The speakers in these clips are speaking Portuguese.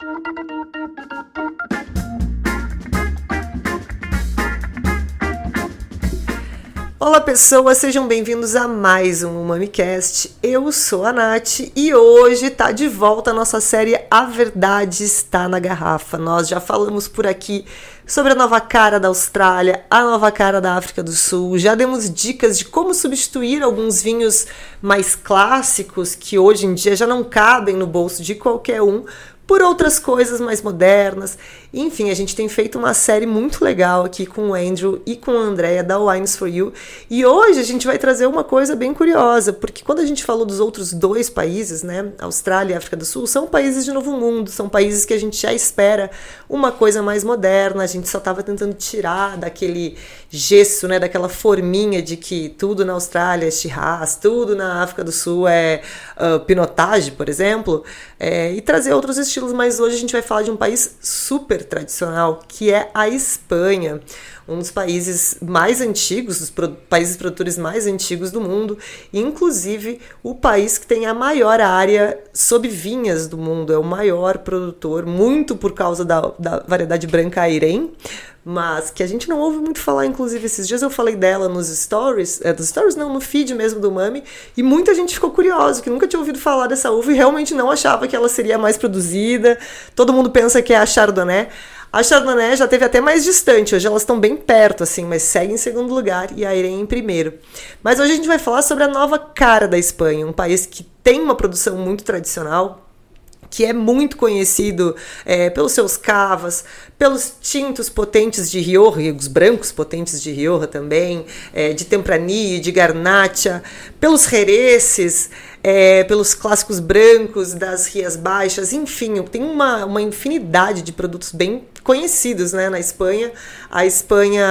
Olá pessoas, sejam bem-vindos a mais um MamiCast. Eu sou a Nath e hoje tá de volta a nossa série A Verdade Está na Garrafa. Nós já falamos por aqui sobre a nova cara da Austrália, a nova cara da África do Sul, já demos dicas de como substituir alguns vinhos mais clássicos que hoje em dia já não cabem no bolso de qualquer um por outras coisas mais modernas. Enfim, a gente tem feito uma série muito legal aqui com o Andrew e com a Andrea da Wines for You. E hoje a gente vai trazer uma coisa bem curiosa, porque quando a gente falou dos outros dois países, né, Austrália e África do Sul, são países de novo mundo, são países que a gente já espera uma coisa mais moderna, a gente só estava tentando tirar daquele gesso, né, daquela forminha de que tudo na Austrália é Shiraz, tudo na África do Sul é Pinotage, por exemplo, e trazer outros estilos. Mas hoje a gente vai falar de um país super tradicional, que é a Espanha, um dos países mais antigos, dos países produtores mais antigos do mundo, inclusive o país que tem a maior área sob vinhas do mundo, é o maior produtor, muito por causa da variedade branca Airén, mas que a gente não ouve muito falar. Inclusive esses dias eu falei dela nos stories, no feed mesmo do Mami, e muita gente ficou curiosa, que nunca tinha ouvido falar dessa uva e realmente não achava que ela seria mais produzida. Todo mundo pensa que é a Chardonnay. A Chardonnay já teve até mais distante, hoje elas estão bem perto, assim, mas segue em segundo lugar e a Airén em primeiro. Mas hoje a gente vai falar sobre a nova cara da Espanha, um país que tem uma produção muito tradicional, que é muito conhecido pelos seus cavas, pelos tintos potentes de Rioja, e os brancos potentes de Rioja também, de Tempranillo, de Garnacha, pelos jereces, pelos clássicos brancos das Rias Baixas, enfim, tem uma infinidade de produtos bem conhecidos, né, na Espanha. A Espanha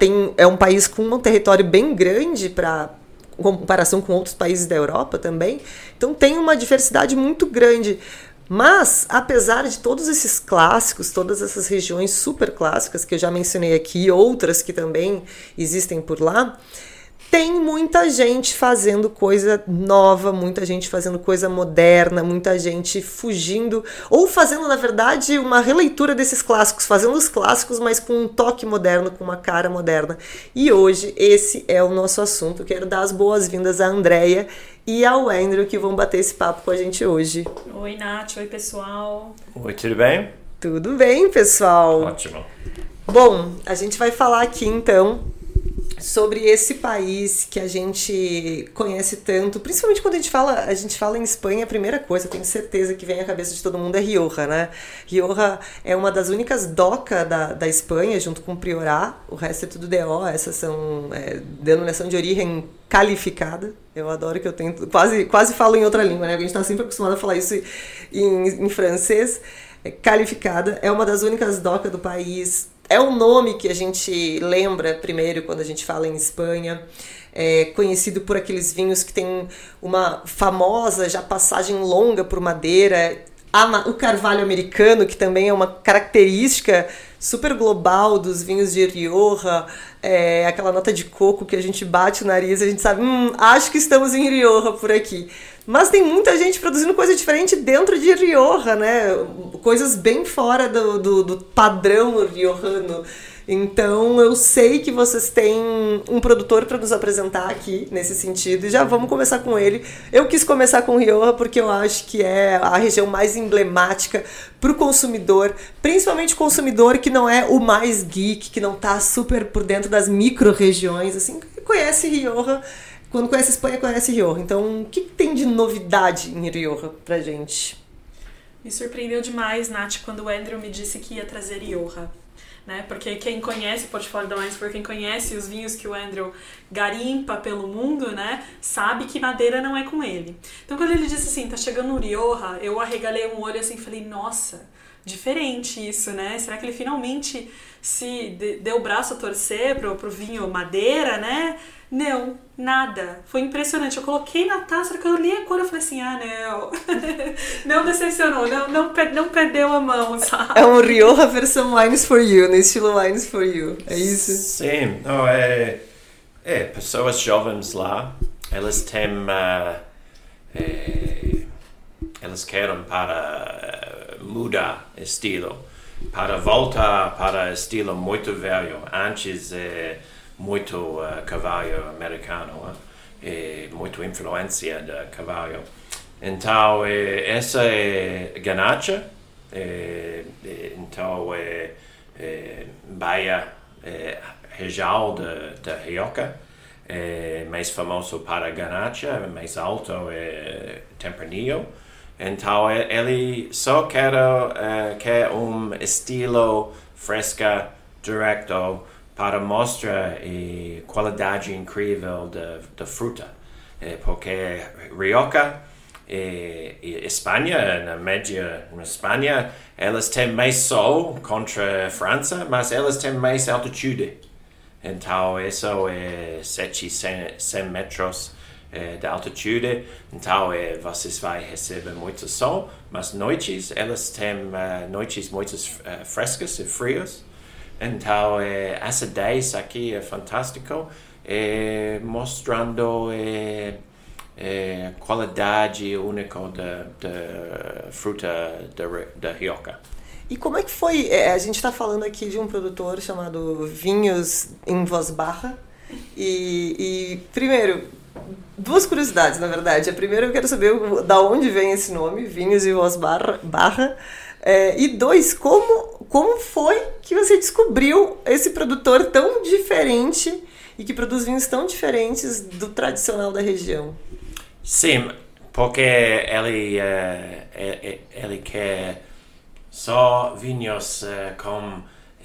é um país com um território bem grande em comparação com outros países da Europa também, então tem uma diversidade muito grande. Mas, apesar de todos esses clássicos, todas essas regiões super clássicas que eu já mencionei aqui, outras que também existem por lá, tem muita gente fazendo coisa nova, muita gente fazendo coisa moderna, muita gente fugindo, ou fazendo, na verdade, uma releitura desses clássicos, fazendo os clássicos, mas com um toque moderno, com uma cara moderna. E hoje, esse é o nosso assunto. Eu quero dar as boas-vindas à Andrea e ao Andrew, que vão bater esse papo com a gente hoje. Oi, Nath. Oi, pessoal. Oi, tudo bem? Tudo bem, pessoal? Ótimo. Bom, a gente vai falar aqui, então, sobre esse país que a gente conhece tanto, principalmente quando a gente fala em Espanha, a primeira coisa, eu tenho certeza que vem à cabeça de todo mundo é Rioja, né? Rioja é uma das únicas DOCA da Espanha, junto com Priorat, o resto é tudo DO, essas são denominação de origem calificada. Eu adoro que eu tento, quase falo em outra língua, né? A gente está sempre acostumado a falar isso em francês. Calificada, é uma das únicas DOCA do país. É um nome que a gente lembra primeiro quando a gente fala em Espanha. É conhecido por aqueles vinhos que tem uma famosa já passagem longa por madeira. O carvalho americano, que também é uma característica super global dos vinhos de Rioja, aquela nota de coco que a gente bate o nariz e a gente sabe, acho que estamos em Rioja por aqui. Mas tem muita gente produzindo coisa diferente dentro de Rioja, né? Coisas bem fora do padrão riojano. Então eu sei que vocês têm um produtor para nos apresentar aqui nesse sentido e já vamos começar com ele. Eu quis começar com Rioja porque eu acho que é a região mais emblemática para o consumidor, principalmente o consumidor que não é o mais geek, que não está super por dentro das micro-regiões, assim, que conhece Rioja. Quando conhece Espanha, conhece Rioja. Então, o que tem de novidade em Rioja pra gente? Me surpreendeu demais, Nath, quando o Andrew me disse que ia trazer Rioja. Né? Porque quem conhece o portfólio da Wines for, quem conhece os vinhos que o Andrew garimpa pelo mundo, né, sabe que madeira não é com ele. Então, quando ele disse assim, tá chegando no Rioja, eu arregalei um olho assim e falei, nossa, diferente isso, né? Será que ele finalmente se deu o braço a torcer pro vinho madeira, né? Não, nada. Foi impressionante. Eu coloquei na taça, quando eu li a cor, eu falei assim, não. Não decepcionou, não perdeu a mão, sabe? É um Rioja versão Wines for You, no estilo Wines for You. É isso? Sim. Pessoas jovens lá, elas têm... elas querem para mudar estilo, para voltar para estilo muito velho. Antes muito cavalo americano, muito influência do cavalo. Então, essa é ganache. Então, Baia região da Rioja, mais famoso para ganache, mais alto é Tempranillo. Então, ele só quer estilo fresca, direto, para mostrar a qualidade incrível da fruta. Porque Rioja e Espanha, na Espanha, elas têm mais sol contra a França, mas elas têm mais altitude. Então, isso é 700 metros de altitude. Então, vocês vão receber muito sol, mas noites, elas têm noites muito frescas e frias. Então, a acidez aqui é fantástico, mostrando qualidade única da fruta da Rioja. E como é que foi? A gente está falando aqui de um produtor chamado Vinhos em Voz Barra. E primeiro, duas curiosidades, na verdade. A primeira, eu quero saber da onde vem esse nome, Vinhos em Voz Barra. E dois, como foi que você descobriu esse produtor tão diferente e que produz vinhos tão diferentes do tradicional da região? Sim, porque ele quer só vinhos com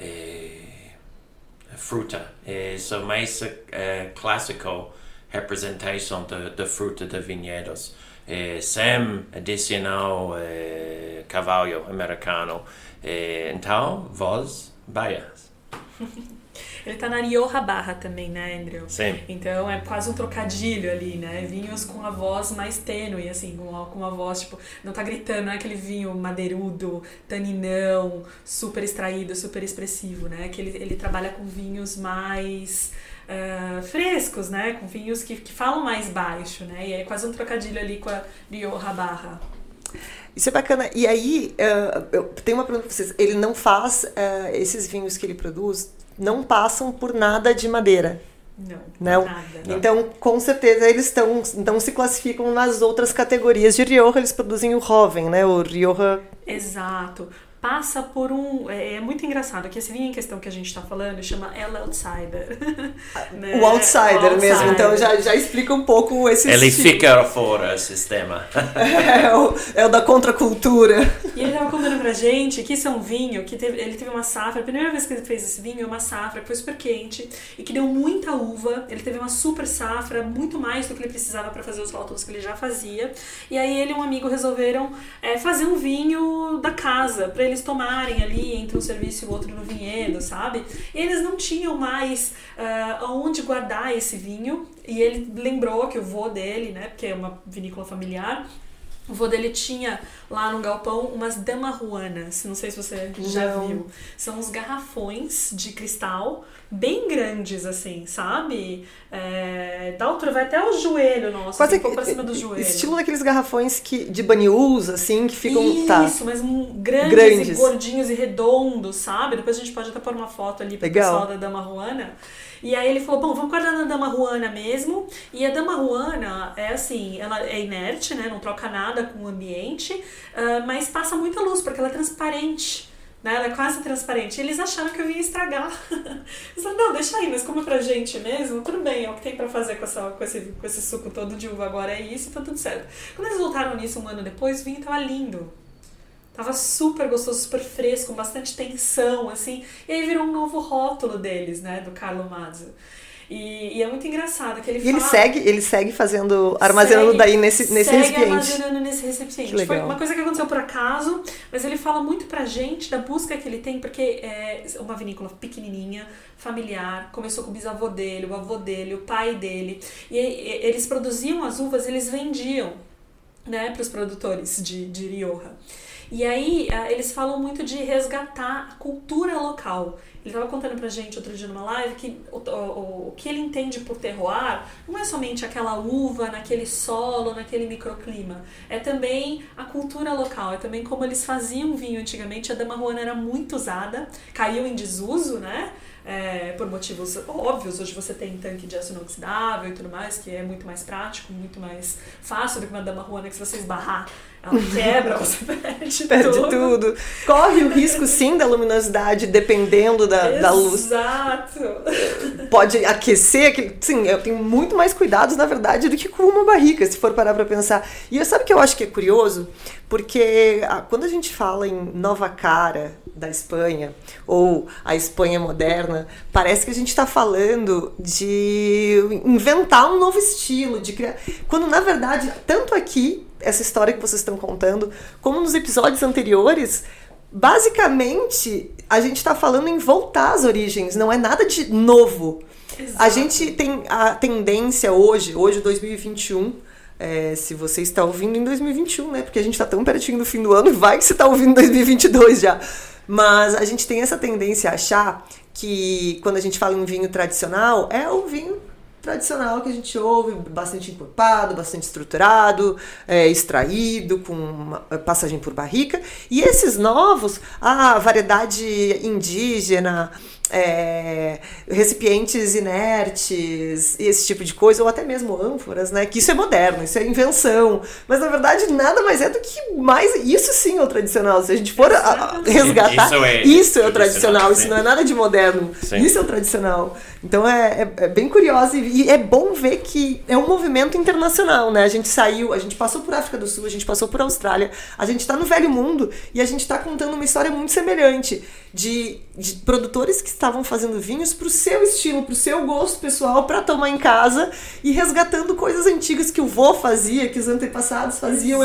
fruta. Só mais clássico representação da fruta de vinhedos. Sem adicional cavalo americano. Então, voz baias. Ele tá na Rioja Barra também, né, Andrew? Sim. Então é quase um trocadilho ali, né? Vinhos com a voz mais tênue, assim, com uma voz, tipo, não tá gritando, não é aquele vinho madeirudo, taninão, super extraído, super expressivo, né? Que ele trabalha com vinhos mais frescos, né? Com vinhos que falam mais baixo, né? E é quase um trocadilho ali com a Rioja Barra. Isso é bacana. E aí, eu tenho uma pergunta para vocês. Ele não faz, esses vinhos que ele produz, não passam por nada de madeira. Não, nada. Então, com certeza, eles então se classificam nas outras categorias de Rioja. Eles produzem o Joven, né? O Rioja... Exato. Passa por é muito engraçado que esse vinho em questão que a gente está falando chama El Outsider. Né? O outsider mesmo, então já explica um pouco esse Ele estilo. fica fora do sistema. É o da contracultura. E ele estava contando pra gente que isso é um vinho que ele teve uma safra, a primeira vez que ele fez esse vinho, uma safra que foi super quente e que deu muita uva. Ele teve uma super safra, muito mais do que ele precisava para fazer os rótulos que ele já fazia. E aí ele e um amigo resolveram fazer um vinho da casa, pra eles tomarem ali entre um serviço e o outro no vinhedo, sabe? E eles não tinham mais onde guardar esse vinho, e ele lembrou que o vô dele, né, porque é uma vinícola familiar, o vô dele tinha lá no galpão umas damarruanas, não sei se você já viu. São uns garrafões de cristal bem grandes, assim, sabe? Da altura, vai até o joelho nosso, quase um pouco pra cima do joelho. Estilo daqueles garrafões de banius, assim, que ficam... Isso, mas grandes e gordinhos e redondos, sabe? Depois a gente pode até pôr uma foto ali pro pessoal da damarruana. E aí ele falou, bom, vamos guardar na damarruana mesmo. E a damarruana é assim, ela é inerte, né? Não troca nada com o ambiente, mas passa muita luz, porque ela é transparente. Né? Ela é quase transparente. E eles acharam que eu ia estragar. Eles falaram, não, deixa aí, mas como é pra gente mesmo, tudo bem, é o que tem pra fazer com esse suco todo de uva agora, é isso, tá tudo certo. Quando eles voltaram nisso um ano depois, o vinho tava lindo. Tava super gostoso, super fresco, com bastante tensão, assim. E aí virou um novo rótulo deles, né, do Carlo Mazzo. E é muito engraçado que ele fala... Ele segue fazendo, armazenando daí nesse recipiente. Segue armazenando nesse recipiente. Que legal. Foi uma coisa que aconteceu por acaso, mas ele fala muito pra gente da busca que ele tem, porque é uma vinícola pequenininha, familiar, começou com o bisavô dele, o avô dele, o pai dele. E eles produziam as uvas, eles vendiam. né, para os produtores de Rioja. E aí eles falam muito de resgatar a cultura local. Ele estava contando pra gente outro dia numa live que o que ele entende por terroir não é somente aquela uva naquele solo, naquele microclima. É também a cultura local, é também como eles faziam vinho antigamente. A damarruana era muito usada, caiu em desuso, né? Por motivos óbvios. Hoje você tem tanque de aço inoxidável e tudo mais, que é muito mais prático, muito mais fácil do que uma damarruana que se você esbarrar, ela quebra, você perde tudo. Corre o risco, sim, da luminosidade, dependendo da luz. Exato. Pode aquecer. Sim, eu tenho muito mais cuidados, na verdade, do que com uma barrica, se for parar pra pensar. E sabe o que eu acho que é curioso? Porque quando a gente fala em Nova Cara, da Espanha, ou a Espanha moderna, parece que a gente está falando de inventar um novo estilo, de criar... Quando, na verdade, tanto aqui, essa história que vocês estão contando, como nos episódios anteriores, basicamente, a gente está falando em voltar às origens, não é nada de novo. Exato. A gente tem a tendência hoje 2021, se você está ouvindo em 2021, né? Porque a gente está tão pertinho do fim do ano, vai que você está ouvindo em 2022 já. Mas a gente tem essa tendência a achar que quando a gente fala em vinho tradicional, é o vinho tradicional que a gente ouve, bastante encorpado, bastante estruturado, extraído, com passagem por barrica. E esses novos, a variedade indígena, recipientes inertes, esse tipo de coisa, ou até mesmo ânforas, né? Que isso é moderno, isso é invenção. Mas, na verdade, nada mais é do que mais... Isso sim é o tradicional. Se a gente for resgatar, isso é o tradicional. Isso não é nada de moderno. Sim. Isso é o tradicional. Então, é bem curioso e é bom ver que é um movimento internacional, né? A gente passou por África do Sul, a gente passou por Austrália, a gente tá no Velho Mundo e a gente tá contando uma história muito semelhante de produtores que estavam fazendo vinhos pro seu estilo, pro seu gosto pessoal, para tomar em casa e resgatando coisas antigas que o vô fazia, que os antepassados faziam.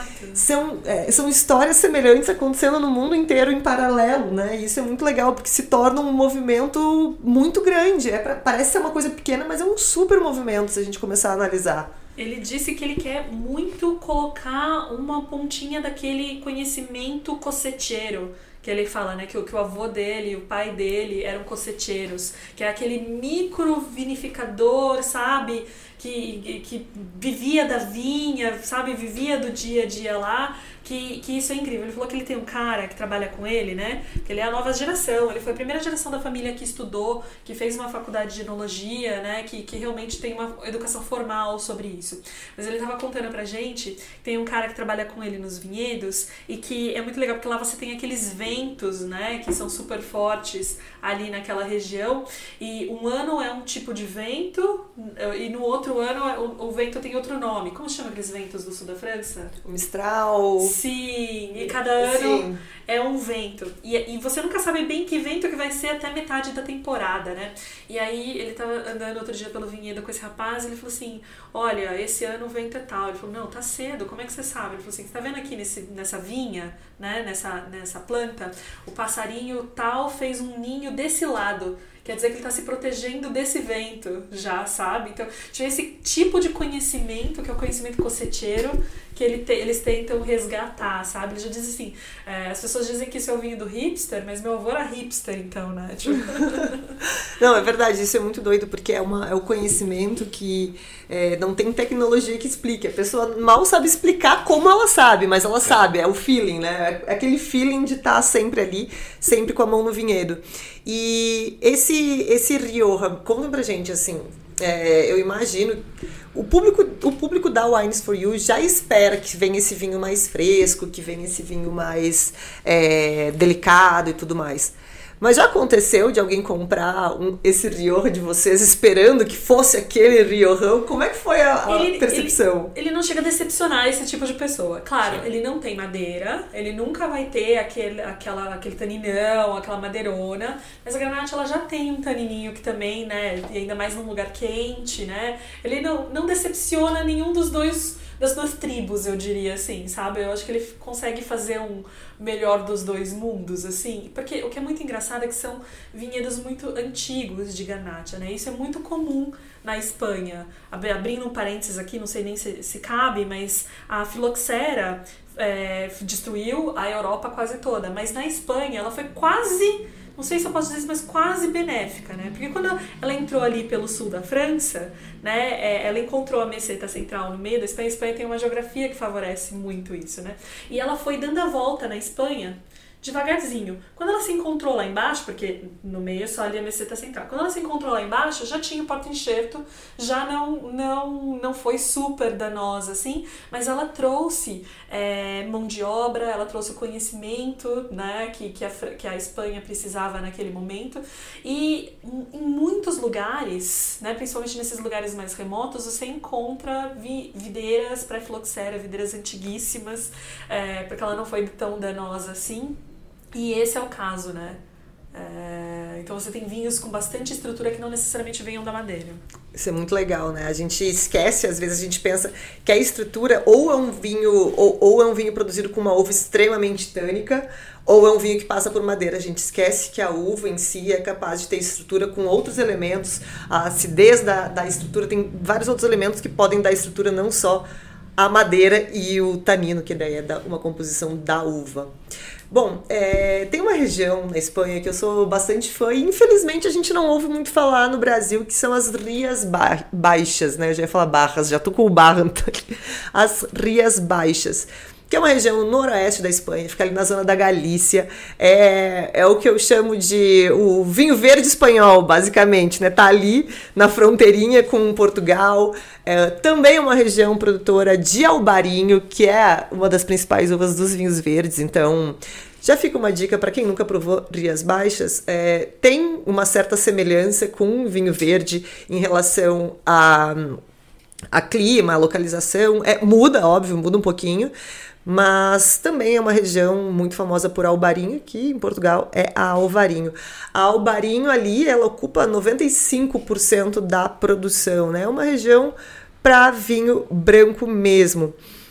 São histórias semelhantes acontecendo no mundo inteiro em paralelo, né? E isso é muito legal, porque se torna um movimento muito grande. Parece ser uma coisa pequena, mas é um super movimento se a gente começar a analisar. Ele disse que ele quer muito colocar uma pontinha daquele conhecimento cosseteiro, que ele fala, né, que o avô dele, o pai dele eram cosseteiros, que é aquele micro vinificador, sabe, que vivia da vinha, sabe, vivia do dia a dia lá, que isso é incrível. Ele falou que ele tem um cara que trabalha com ele, né, que ele é a nova geração, ele foi a primeira geração da família que estudou, que fez uma faculdade de enologia, né, que realmente tem uma educação formal sobre isso. Mas ele tava contando pra gente que tem um cara que trabalha com ele nos vinhedos e que é muito legal, porque lá você tem aqueles ventos, né, que são super fortes ali naquela região, e um ano é um tipo de vento e no outro ano o vento tem outro nome. Como chama aqueles ventos do sul da França? O Mistral. Sim, e cada ano é um vento. E você nunca sabe bem que vento que vai ser até metade da temporada, né? E aí ele tava andando outro dia pelo vinhedo com esse rapaz e ele falou assim, olha, esse ano o vento é tal. Ele falou, não, tá cedo, como é que você sabe? Ele falou assim, você tá vendo aqui nessa vinha, né, nessa planta, o passarinho tal fez um ninho desse lado. Quer dizer que ele está se protegendo desse vento já, sabe? Então, tinha esse tipo de conhecimento, que é o conhecimento cosseteiro, que eles tentam resgatar, sabe? Ele já diz assim, as pessoas dizem que isso é o vinho do hipster, mas meu avô era hipster, então, né? Tipo... Não, é verdade, isso é muito doido, porque é o conhecimento que não tem tecnologia que explique. A pessoa mal sabe explicar como ela sabe, mas ela sabe, é o feeling, né? É aquele feeling de estar sempre ali, sempre com a mão no vinhedo. E esse Rioja, conta pra gente, assim, eu imagino, o público da Wines for You já espera que venha esse vinho mais fresco, que venha esse vinho mais delicado e tudo mais. Mas já aconteceu de alguém comprar esse Rioja de vocês esperando que fosse aquele Riojão? Como é que foi a percepção? Ele não chega a decepcionar esse tipo de pessoa. Claro, ele não tem madeira, ele nunca vai ter aquele taninão, aquela madeirona, mas a Grenache ela já tem um tanininho que também, né, e ainda mais num lugar quente, né, ele não decepciona nenhum dos dois das duas tribos, eu diria assim, sabe? Eu acho que ele consegue fazer um melhor dos dois mundos, assim, porque o que é muito engraçado é que são vinhedos muito antigos de Garnacha, né? Isso é muito comum na Espanha. Abrindo um parênteses aqui, não sei nem se cabe, mas a filoxera destruiu a Europa quase toda, mas na Espanha ela foi quase, não sei se eu posso dizer isso, mas quase benéfica, né? Porque quando ela entrou ali pelo sul da França, né, ela encontrou a meseta central no meio da Espanha. A Espanha tem uma geografia que favorece muito isso, né? E ela foi dando a volta na Espanha devagarzinho. Quando ela se encontrou lá embaixo, porque no meio é só ali a meseta central, quando ela se encontrou lá embaixo, já tinha o porta-enxerto, já não foi super danosa assim, mas ela trouxe mão de obra, ela trouxe o conhecimento, né, que a Espanha precisava naquele momento, e em muitos lugares, né, principalmente nesses lugares mais remotos, você encontra videiras pré-filoxera, videiras antiguíssimas, porque ela não foi tão danosa assim. E esse é o caso, né? Então você tem vinhos com bastante estrutura que não necessariamente venham da madeira. Isso é muito legal, né? A gente esquece, às vezes a gente pensa que a estrutura ou é um vinho ou é um vinho produzido com uma uva extremamente tânica, ou é um vinho que passa por madeira. A gente esquece que a uva em si é capaz de ter estrutura com outros elementos. A acidez da estrutura tem vários outros elementos que podem dar estrutura, não só a madeira e o tanino, que daí é uma composição da uva. Bom, tem uma região na Espanha que eu sou bastante fã e infelizmente a gente não ouve muito falar no Brasil, que são as Rias Baixas, né? Eu já ia falar Barras, já tô com o barra aqui. As Rias Baixas, que é uma região no noroeste da Espanha, fica ali na zona da Galícia. É o que eu chamo de o vinho verde espanhol, basicamente, né? Tá ali na fronteirinha com Portugal. Também é uma região produtora de albarinho, que é uma das principais uvas dos vinhos verdes. Então, já fica uma dica para quem nunca provou Rias Baixas. Tem uma certa semelhança com vinho verde em relação a clima, a localização. Muda, óbvio, muda um pouquinho. Mas também é uma região muito famosa por albarinho, que em Portugal é a Alvarinho. A Alvarinho ali, ela ocupa 95% da produção, né? É uma região para vinho branco mesmo.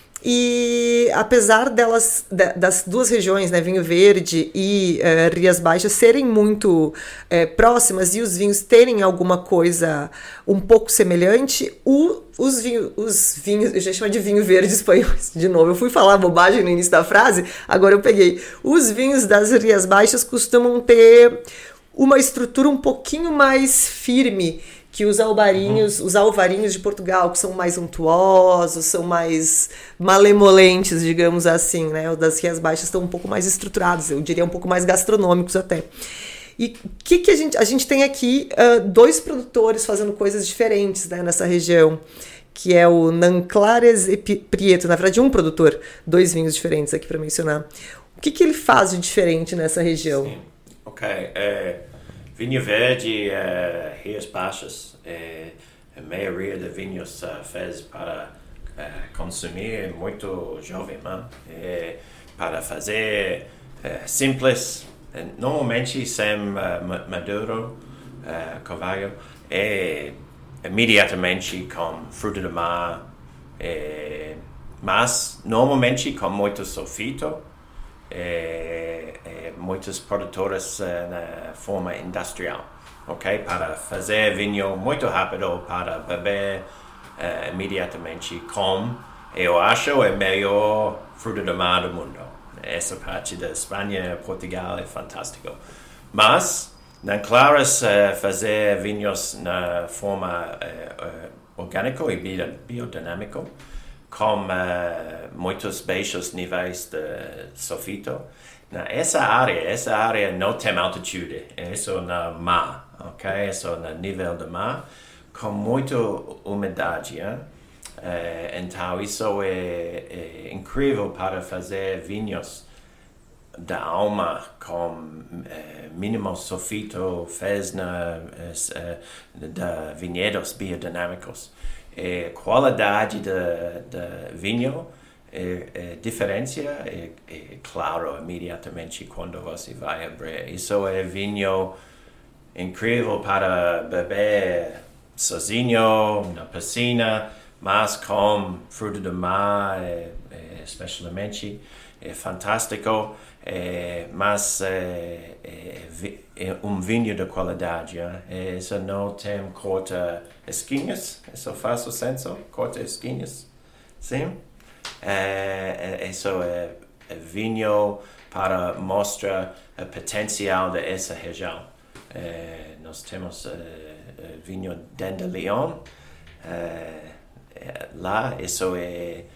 E apesar das duas regiões, né, vinho verde e Rias Baixas, serem muito próximas e os vinhos terem alguma coisa um pouco semelhante, os vinhos, eu já chamo de vinho verde espanhol, de novo, eu fui falar bobagem no início da frase, agora eu peguei. Os vinhos das Rias Baixas costumam ter uma estrutura um pouquinho mais firme que os alvarinhos de Portugal, que são mais untuosos, são mais malemolentes, digamos assim, né? Os das Rias Baixas estão um pouco mais estruturados, eu diria um pouco mais gastronômicos até. E o que a gente tem aqui? Dois produtores fazendo coisas diferentes, né, nessa região, que é o Nanclares e Prieto. Na verdade, um produtor, dois vinhos diferentes aqui para mencionar. O que ele faz de diferente nessa região? Sim. Ok. Vinho verde, Rias Baixas, a maioria de vinhos fez para consumir muito jovem, né? Para fazer simples, normalmente sem maduro, carvalho, imediatamente com fruta do mar, mas normalmente com muito sulfito. Muitos produtores na forma industrial, ok? Para fazer vinho muito rápido, para beber imediatamente com, eu acho, é a melhor fruta do mar do mundo. Essa parte da Espanha, Portugal é fantástico. Mas, na Claras, fazer vinhos na forma orgânico e biodinâmico, com muitos baixos níveis de sulfito. Essa área não tem altitude, é só na mar, ok? É só no nível do mar, com muita umidade. Então, isso é incrível para fazer vinhos da alma com mínimo sulfito, fez de vinhedos biodinâmicos. A qualidade do vinho diferença é claro imediatamente quando você vai abrir. Isso é vinho incrível para beber sozinho na piscina, mas com fruto do mar, especialmente, é fantástico. Mas é vinho de qualidade. Isso não tem corta esquinhas. Isso faz o senso? Corta esquinhas. Sim. Isso é vinho para mostrar o potencial dessa região. Nós temos vinho de León. Lá, isso é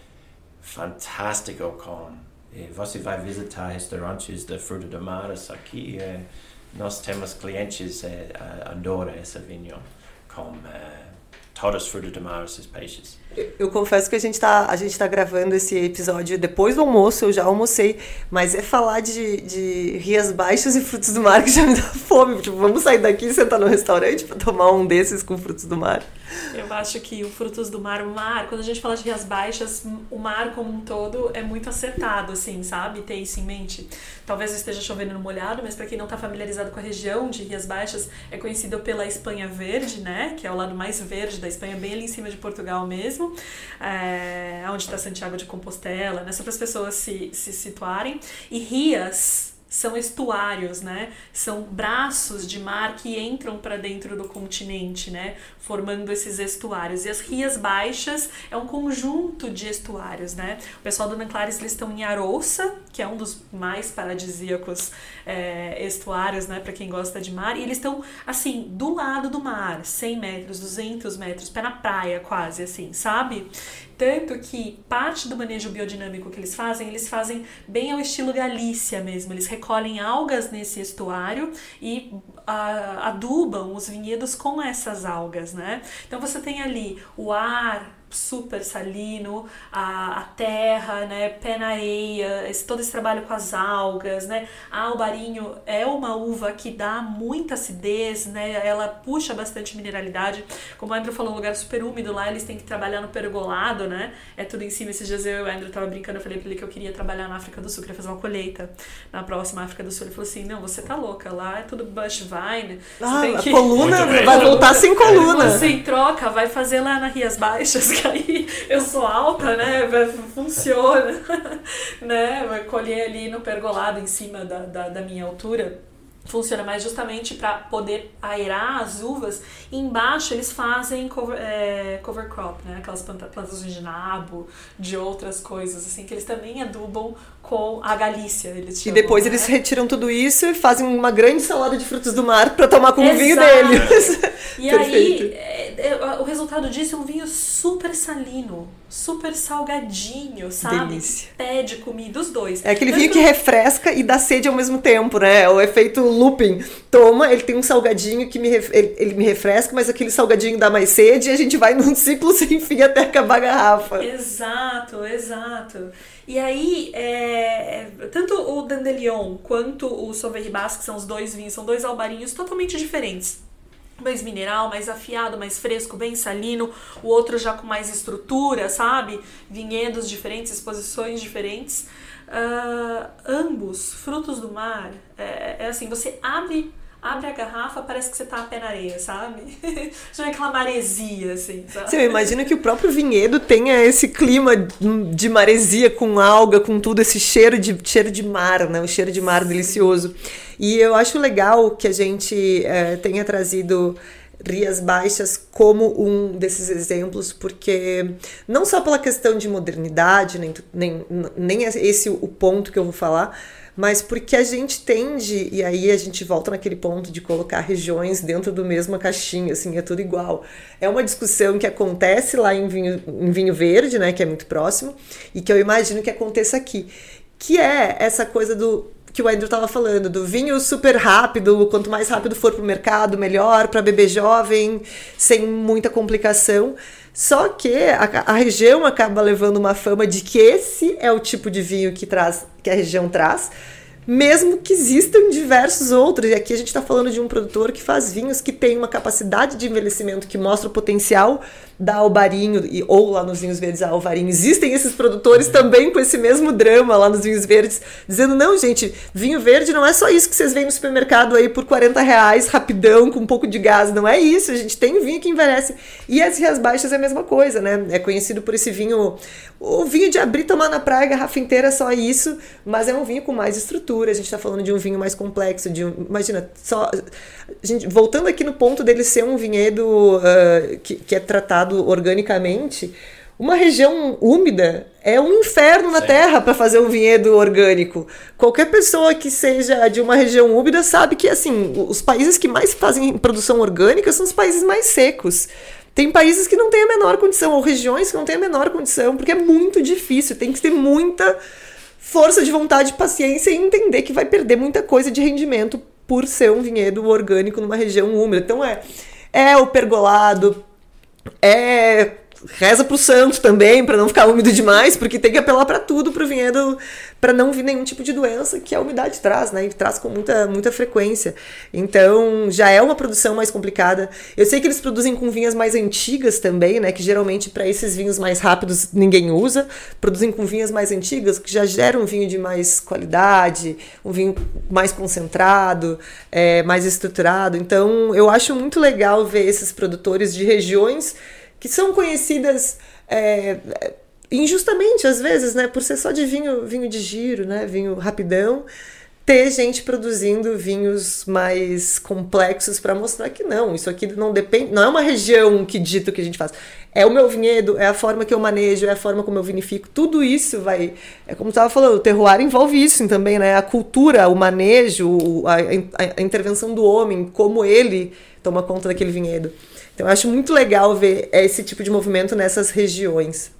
fantástico você vai visitar restaurantes de fruto do mar aqui. Nós temos clientes que adoram esse vinho com todos os frutos do mar, esses peixes. Eu confesso que a gente tá gravando esse episódio depois do almoço, eu já almocei, mas falar de Rias Baixas e frutos do mar que já me dá fome. Tipo, vamos sair daqui e sentar no restaurante para tomar um desses com frutos do mar. Eu acho que o frutos do mar, quando a gente fala de Rias Baixas, o mar como um todo é muito acertado, assim, sabe? Ter isso em mente. Talvez esteja chovendo no molhado, mas para quem não está familiarizado com a região de Rias Baixas, é conhecido pela Espanha Verde, né? Que é o lado mais verde da Espanha, bem ali em cima de Portugal mesmo. Onde está Santiago de Compostela, né? Só para as pessoas se situarem. E rias são estuários, né? São braços de mar que entram para dentro do continente, né? Formando esses estuários. E as Rias Baixas é um conjunto de estuários, né? O pessoal do Nanclares, eles estão em Arousa, que é um dos mais paradisíacos estuários, né? Para quem gosta de mar. E eles estão, assim, do lado do mar, 100 metros, 200 metros, pé na praia quase, assim, sabe? Tanto que parte do manejo biodinâmico que eles fazem bem ao estilo Galícia mesmo. Eles recolhem algas nesse estuário e adubam os vinhedos com essas algas, né? Então você tem ali o ar super salino, a terra, né, pé na areia, todo esse trabalho com as algas, né? A albarinho é uma uva que dá muita acidez, né? Ela puxa bastante mineralidade. Como o Andrew falou, um lugar super úmido lá, eles têm que trabalhar no pergolado, né? É tudo em cima. Esses dias eu e o Andrew tava brincando, eu falei pra ele que eu queria trabalhar na África do Sul, queria fazer uma colheita na próxima África do Sul. Ele falou assim, não, você tá louca, lá é tudo bush vine. A coluna vai voltar sem coluna. Você em troca vai fazer lá na Rias Baixas, que aí eu sou alta, né? Funciona, né? Vai colher ali no pergolado em cima da minha altura. Funciona mais justamente para poder aerar as uvas. E embaixo eles fazem cover crop, né? Aquelas plantações de nabo, de outras coisas, assim, que eles também adubam com a Galícia, eles chamam, e depois, né? Eles retiram tudo isso e fazem uma grande salada de frutos do mar para tomar com o vinho deles. E aí, o resultado disso é um vinho super salino, super salgadinho, sabe? Delícia. Pede comida, os dois. É aquele vinho que refresca e dá sede ao mesmo tempo, né? O efeito looping. Toma, ele tem um salgadinho que ele me refresca, mas aquele salgadinho dá mais sede e a gente vai num ciclo sem fim até acabar a garrafa. Exato. E aí, tanto o Dandelion quanto o Sauveur Ribas, que são os dois vinhos, são dois albarinhos totalmente diferentes. Mais mineral, mais afiado, mais fresco, bem salino. O outro já com mais estrutura, sabe? Vinhedos diferentes, exposições diferentes. Ambos, frutos do mar, assim, você abre a garrafa, parece que você tá a pé na areia, sabe? Já é aquela maresia, assim, sabe? Você imagina que o próprio vinhedo tenha esse clima de maresia com alga, com tudo, esse cheiro de mar, né? O cheiro de mar delicioso. E eu acho legal que a gente tenha trazido Rias Baixas como um desses exemplos, porque não só pela questão de modernidade, nem esse o ponto que eu vou falar, mas porque a gente tende, e aí a gente volta naquele ponto de colocar regiões dentro do mesma caixinha, assim, é tudo igual. É uma discussão que acontece lá em Vinho Verde, né, que é muito próximo, e que eu imagino que aconteça aqui, que é essa coisa que o Andrew estava falando, do vinho super rápido, quanto mais rápido for pro mercado, melhor, para beber jovem, sem muita complicação. Só que a região acaba levando uma fama de que esse é o tipo de vinho que a região traz, mesmo que existam diversos outros. E aqui a gente está falando de um produtor que faz vinhos que tem uma capacidade de envelhecimento que mostra o potencial da Alvarinho, ou lá nos vinhos verdes a Alvarinho. Existem esses produtores também com esse mesmo drama lá nos vinhos verdes, dizendo, não, gente, vinho verde não é só isso que vocês veem no supermercado aí por R$40, rapidão, com um pouco de gás. Não é isso, a gente tem vinho que envelhece. E as Rias Baixas é a mesma coisa, né? É conhecido por esse vinho, o vinho de abrir, tomar na praia, garrafa inteira, só isso, mas é um vinho com mais estrutura. A gente está falando de um vinho mais complexo, imagina, só... Gente, voltando aqui no ponto dele ser um vinhedo que é tratado organicamente, uma região úmida é um inferno na terra para fazer um vinhedo orgânico. Qualquer pessoa que seja de uma região úmida sabe que, assim, os países que mais fazem produção orgânica são os países mais secos. Tem países que não têm a menor condição, ou regiões que não têm a menor condição, porque é muito difícil, tem que ter muita força de vontade, paciência e entender que vai perder muita coisa de rendimento por ser um vinhedo orgânico numa região úmida. Então é o pergolado, reza pro santo também, para não ficar úmido demais, porque tem que apelar para tudo pro vinhedo, para não vir nenhum tipo de doença que a umidade traz, né? E traz com muita frequência. Então, já é uma produção mais complicada. Eu sei que eles produzem com vinhas mais antigas também, né? Que geralmente para esses vinhos mais rápidos ninguém usa. Produzem com vinhas mais antigas, que já geram um vinho de mais qualidade, um vinho mais concentrado, mais estruturado. Então, eu acho muito legal ver esses produtores de regiões que são conhecidas injustamente, às vezes, né, por ser só de vinho de giro, né, vinho rapidão, ter gente produzindo vinhos mais complexos para mostrar que não, isso aqui não depende, não é uma região que dita o que a gente faz, é o meu vinhedo, é a forma que eu manejo, é a forma como eu vinifico, tudo isso vai, como eu estava falando, o terroir envolve isso também, né, a cultura, o manejo, a intervenção do homem, como ele toma conta daquele vinhedo. Então, eu acho muito legal ver esse tipo de movimento nessas regiões.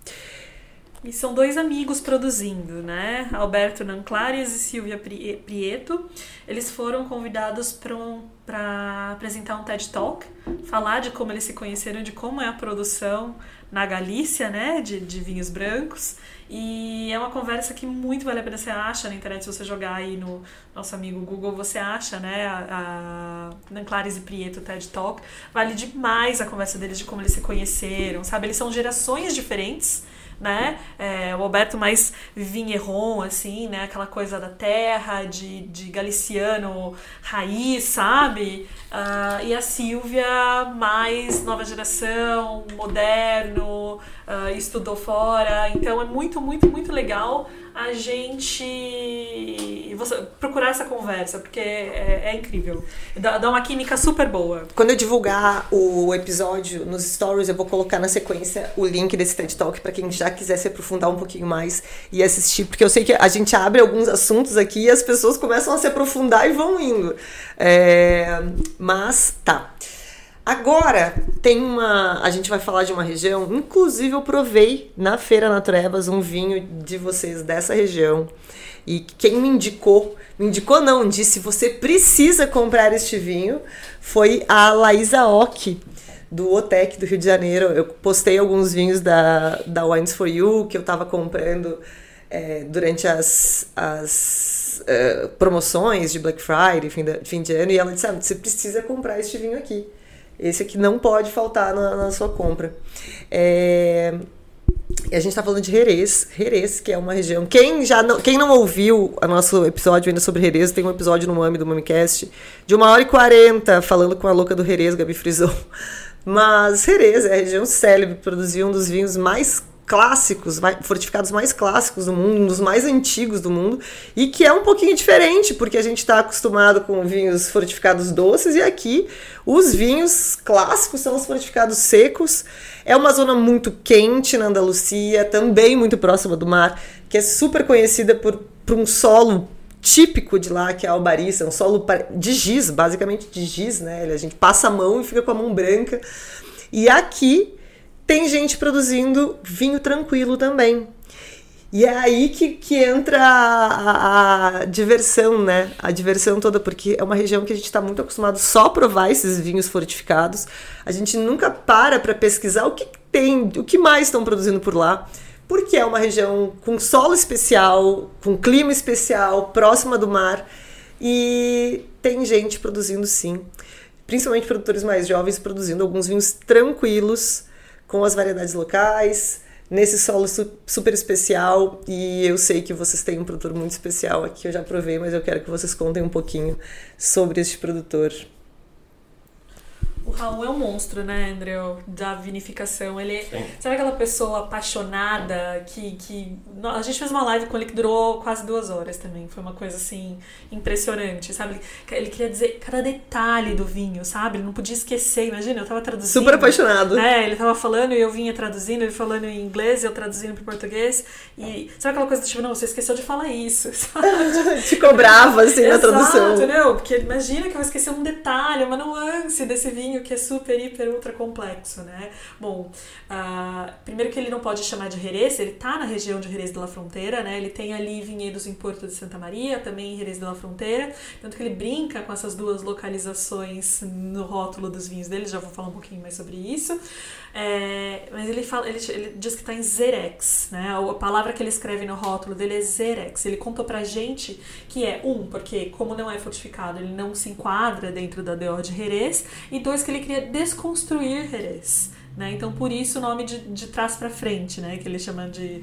E são dois amigos produzindo, né? Alberto Nanclares e Silvia Prieto. Eles foram convidados para apresentar um TED Talk, falar de como eles se conheceram, de como é a produção na Galícia, né? De vinhos brancos. E é uma conversa que muito vale a pena. Você acha na internet, se você jogar aí no nosso amigo Google, você acha, né, a Nanclares e Prieto TED Talk. Vale demais a conversa deles, de como eles se conheceram, sabe? Eles são gerações diferentes, né? O Alberto mais vinheron, assim, né? Aquela coisa da terra, de galiciano raiz, sabe? E a Silvia mais nova geração, moderno, estudou fora. Então é muito, muito, muito legal a gente procurar essa conversa, porque é incrível. Dá uma química super boa. Quando eu divulgar o episódio nos stories, eu vou colocar na sequência o link desse TED Talk para quem já quiser se aprofundar um pouquinho mais e assistir, porque eu sei que a gente abre alguns assuntos aqui e as pessoas começam a se aprofundar e vão indo. Mas tá. Agora a gente vai falar de uma região, inclusive eu provei na Feira Naturevas um vinho de vocês dessa região, e quem me indicou não, disse você precisa comprar este vinho, foi a Laísa Ock, do Otec do Rio de Janeiro. Eu postei alguns vinhos da Wines for You que eu estava comprando durante as promoções de Black Friday, fim de ano, e ela disse, você precisa comprar este vinho aqui. Esse aqui não pode faltar na sua compra. E a gente está falando de Jerez, que é uma região... Quem não ouviu o nosso episódio ainda sobre Jerez, tem um episódio no Mami do MamiCast de 1h40 falando com a louca do Jerez, Gabi Frison. Mas Jerez é a região célebre, produziu um dos vinhos mais clássicos, fortificados mais clássicos do mundo, um dos mais antigos do mundo, e que é um pouquinho diferente, porque a gente está acostumado com vinhos fortificados doces, e aqui os vinhos clássicos são os fortificados secos. É uma zona muito quente na Andalucia, também muito próxima do mar, que é super conhecida por um solo típico de lá, que é a Albariça, um solo de giz, basicamente de giz, né? A gente passa a mão e fica com a mão branca. E aqui tem gente produzindo vinho tranquilo também. E é aí que entra a diversão, né? A diversão toda, porque é uma região que a gente está muito acostumado só a provar esses vinhos fortificados. A gente nunca para pesquisar o que tem, o que mais estão produzindo por lá. porque é uma região com solo especial, com clima especial, próxima do mar, e tem gente produzindo sim, principalmente produtores mais jovens, produzindo alguns vinhos tranquilos, com as variedades locais, nesse solo super especial. E eu sei que vocês têm um produtor muito especial aqui, eu já provei, mas eu quero que vocês contem um pouquinho sobre este produtor. O Raul é um monstro, né, André, da vinificação. Ele sabe aquela pessoa apaixonada que... A gente fez uma live com ele que durou quase 2 horas também. Foi uma coisa, assim, impressionante, sabe? Ele queria dizer cada detalhe do vinho, sabe? Ele não podia esquecer. Imagina, eu tava traduzindo. Super apaixonado. Ele tava falando e eu vinha traduzindo, ele falando em inglês e eu traduzindo pro português. E sabe aquela coisa do tipo, não, você esqueceu de falar isso, sabe? Te cobrava, assim, na tradução. Exato, não, porque imagina que eu vou esquecer um detalhe, uma nuance desse vinho que é super, hiper, ultra complexo, né? Bom, primeiro que ele não pode chamar de Jerez, ele tá na região de Jerez de la Frontera, né? Ele tem ali vinhedos em Porto de Santa Maria, também em Jerez de la Frontera, tanto que ele brinca com essas 2 localizações no rótulo dos vinhos dele, já vou falar um pouquinho mais sobre isso. Mas ele diz que tá em Xerex, né? A palavra que ele escreve no rótulo dele é Xerex. Ele contou pra gente que porque como não é fortificado, ele não se enquadra dentro da DO de Jerez, e 2, que ele queria desconstruir Jerez, né? Então por isso o nome de trás para frente, né? Que ele chama de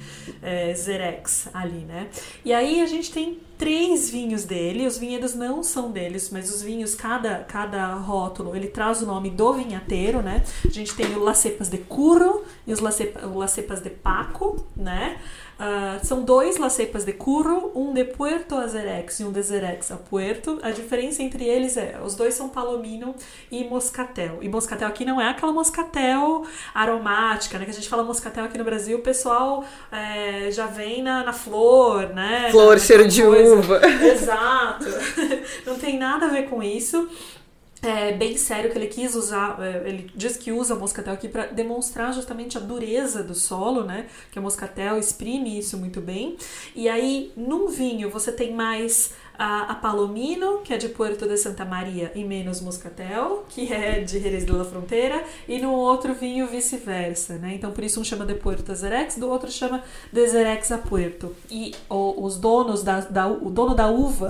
Xerex ali, né? E aí a gente tem 3 vinhos dele, os vinhedos não são deles, mas os vinhos, cada rótulo, ele traz o nome do vinhateiro, né? A gente tem o Las Cepas de Curro e o Las Cepas de Paco, né? São 2 Las Cepas de Curro, um de Puerto a Xerex e um de Xerex a Puerto. A diferença entre eles os 2 são Palomino e Moscatel. E Moscatel aqui não é aquela Moscatel aromática, né? Que a gente fala Moscatel aqui no Brasil, o pessoal já vem na flor, né? Flor, cheiro de uva. Exato. Não tem nada a ver com isso. É bem sério que ele quis usar, ele diz que usa o moscatel aqui para demonstrar justamente a dureza do solo, né? Que o moscatel exprime isso muito bem. E aí, num vinho, você tem mais a Palomino, que é de Puerto de Santa Maria, e menos Moscatel, que é de Jerez de la Frontera, e no outro vinho vice-versa, né? Então, por isso um chama de Puerto a Xerex, do outro chama de Xerex a Puerto. E os donos o dono da uva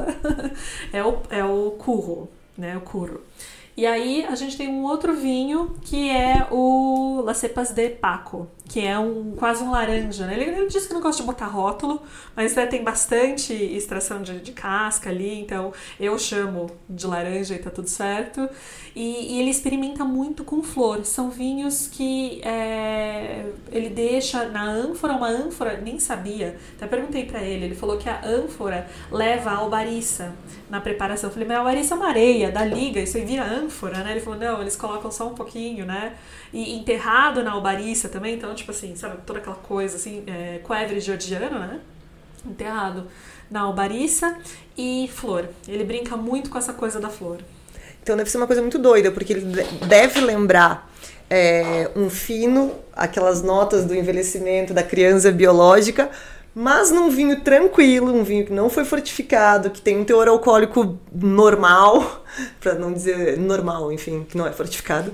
é o Curro, né? O Curro. E aí a gente tem um outro vinho que é o Las Cepas de Paco, que é quase um laranja, né? Ele diz que não gosta de botar rótulo, mas tem bastante extração de casca ali, então eu chamo de laranja e tá tudo certo. E ele experimenta muito com flor. São vinhos que ele deixa na ânfora, uma ânfora, nem sabia. Até perguntei pra ele falou que a ânfora leva a albariça na preparação. Eu falei, mas a albariça é uma areia, dá liga, isso aí vira ânfora, né? Ele falou, não, eles colocam só um pouquinho, né? E enterrado na albariça também, então, tipo assim, sabe, toda aquela coisa, assim, coevre georgiano, né? Enterrado na albariça e flor. Ele brinca muito com essa coisa da flor. Então deve ser uma coisa muito doida, porque ele deve lembrar um fino, aquelas notas do envelhecimento da criança biológica, mas num vinho tranquilo, um vinho que não foi fortificado, que tem um teor alcoólico normal, para não dizer normal, enfim, que não é fortificado.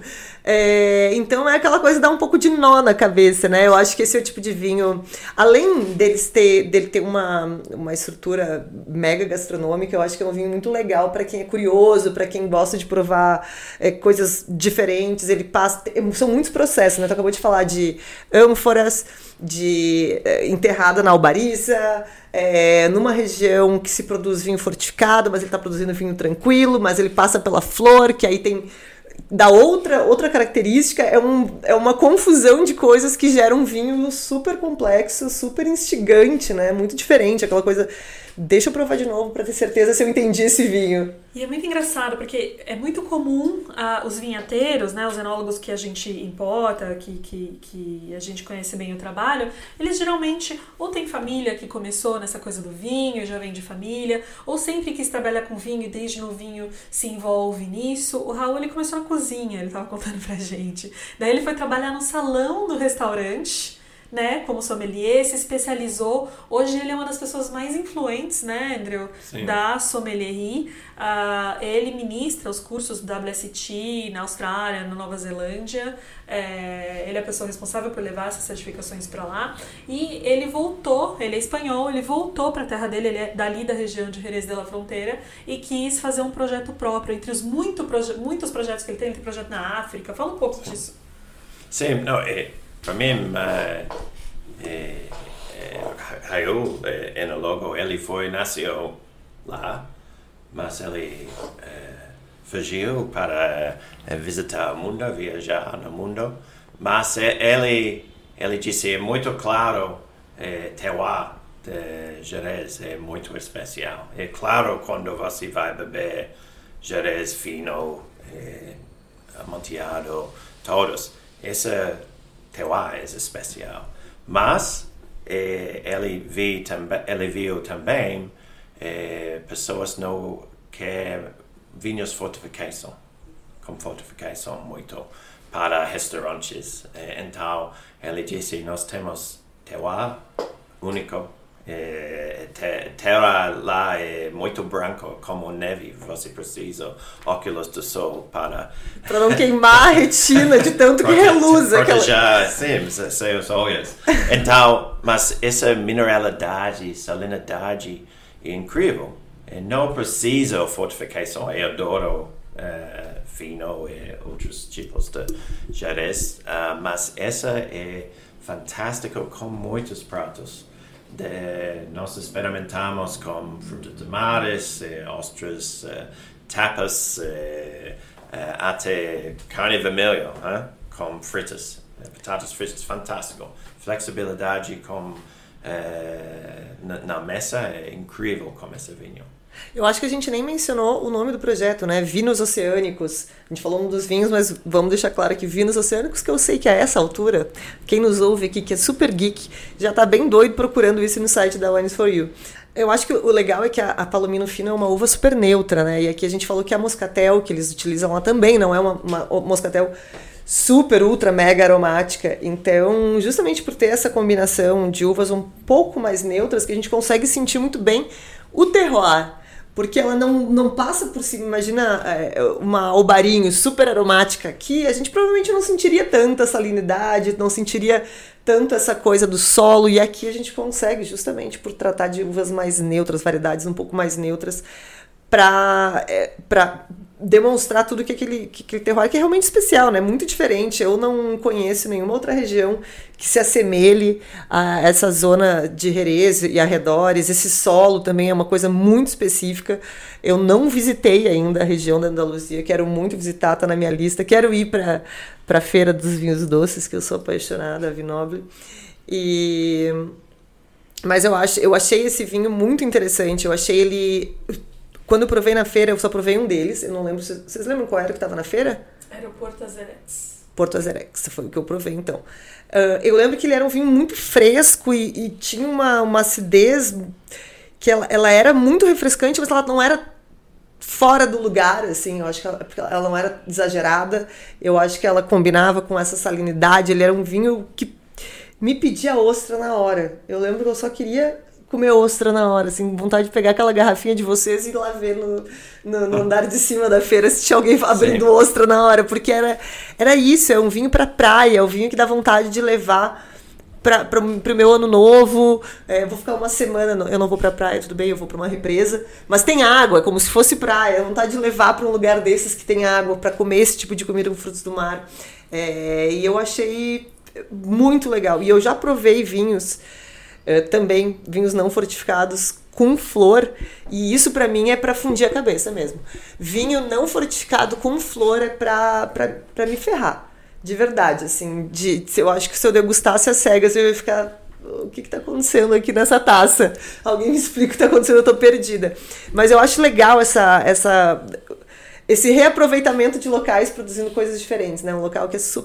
Então é aquela coisa de dar um pouco de nó na cabeça, né? Eu acho que esse é o tipo de vinho, além dele ter uma estrutura mega gastronômica, eu acho que é um vinho muito legal para quem é curioso, para quem gosta de provar coisas diferentes. Ele passa, são muitos processos, né? Tu acabou de falar de ânforas, de enterrada na albariça, numa região que se produz vinho fortificado, mas ele está produzindo vinho tranquilo, mas ele passa pela flor, que aí tem... Da outra característica é uma confusão de coisas que geram um vinho super complexo, super instigante, né? Muito diferente, aquela coisa... Deixa eu provar de novo para ter certeza se eu entendi esse vinho. E é muito engraçado, porque é muito comum os vinhateiros, né, os enólogos que a gente importa, que a gente conhece bem o trabalho, eles geralmente ou tem família que começou nessa coisa do vinho e já vem de família, ou sempre quis trabalhar com vinho e desde novinho se envolve nisso. O Raul, ele começou na cozinha, ele estava contando pra gente. Daí ele foi trabalhar no salão do restaurante, né, como sommelier, se especializou. Hoje ele é uma das pessoas mais influentes, né, Andrew, da sommelierie. Ele ministra os cursos do WSET na Austrália, na Nova Zelândia. Ele é a pessoa responsável por levar essas certificações para lá. E ele voltou, ele é espanhol, ele voltou para a terra dele, ele é dali da região de Jerez de la Frontera, e quis fazer um projeto próprio. Entre os muitos projetos que ele tem projeto na África. Fala um pouco disso. Sim, não, para mim, Raul, enólogo, ele nasceu lá, mas ele fugiu para visitar o mundo, viajar no mundo, mas ele disse muito claro, terroir de Jerez é muito especial. É claro quando você vai beber Jerez fino, amonteado, todos. Esse terroir é especial. Mas ele viu também pessoas que vinhos fortificação, com fortificação muito para restaurantes. Então ele disse, nós temos terroir único. Terra lá é muito branco como neve, você precisa óculos de sol para não queimar a retina de tanto que reluz proteger seus olhos. Então, mas essa mineralidade, salinidade é incrível. Não precisa fortificação. Eu adoro fino e outros tipos de Jerez, mas essa é fantástica com muitos pratos. Nós experimentamos com frutas de mares, ostras, tapas, até carne vermelha, com fritas, batatas fritas, fantástico. Flexibilidade na mesa é incrível com esse vinho. Eu acho que a gente nem mencionou o nome do projeto, né? Vinos Oceânicos. A gente falou um dos vinhos, mas vamos deixar claro que Vinos Oceânicos, que eu sei que a essa altura, quem nos ouve aqui, que é super geek, já tá bem doido procurando isso no site da Wines for You. Eu acho que o legal é que a Palomino Fino é uma uva super neutra, né? E aqui a gente falou que a Moscatel, que eles utilizam lá também, não é uma Moscatel super, ultra, mega aromática. Então, justamente por ter essa combinação de uvas um pouco mais neutras, que a gente consegue sentir muito bem o terroir. Porque ela não passa por cima, imagina uma albarinho super aromática aqui, a gente provavelmente não sentiria tanta salinidade, não sentiria tanto essa coisa do solo, e aqui a gente consegue, justamente por tratar de uvas mais neutras, variedades um pouco mais neutras, para demonstrar tudo que aquele terroir que é realmente especial, né? Muito diferente. Eu não conheço nenhuma outra região que se assemelhe a essa zona de Jerez e arredores. Esse solo também é uma coisa muito específica. Eu não visitei ainda a região da Andaluzia, quero muito visitar, tá na minha lista. Quero ir para a Feira dos Vinhos Doces, que eu sou apaixonada, a Vinoble. Mas eu achei esse vinho muito interessante. Eu achei ele... Quando eu provei na feira, eu só provei um deles. Eu não lembro... Vocês lembram qual era que estava na feira? Era o Porto Azerex. Porto Azerex, foi o que eu provei, então. Eu lembro que ele era um vinho muito fresco e tinha uma acidez que ela era muito refrescante, mas ela não era fora do lugar, assim. Eu acho que ela não era exagerada. Eu acho que ela combinava com essa salinidade. Ele era um vinho que me pedia ostra na hora. Eu lembro que eu só queria... comer ostra na hora, assim, vontade de pegar aquela garrafinha de vocês e ir lá ver no andar de cima da feira se tinha alguém abrindo ostra na hora, porque era isso, é um vinho pra praia, é um vinho que dá vontade de levar pro meu ano novo. Eu vou ficar uma semana, eu não vou pra praia, tudo bem, eu vou pra uma represa, mas tem água, é como se fosse praia, é vontade de levar pra um lugar desses que tem água, pra comer esse tipo de comida com frutos do mar. E eu achei muito legal, e eu já provei vinhos, também vinhos não fortificados com flor, e isso pra mim é pra fundir a cabeça mesmo. Vinho não fortificado com flor é pra me ferrar, de verdade, assim, eu acho que se eu degustasse as cegas eu ia ficar, o que tá acontecendo aqui nessa taça? Alguém me explica o que tá acontecendo, eu tô perdida. Mas eu acho legal esse reaproveitamento de locais produzindo coisas diferentes, né? Um local que é super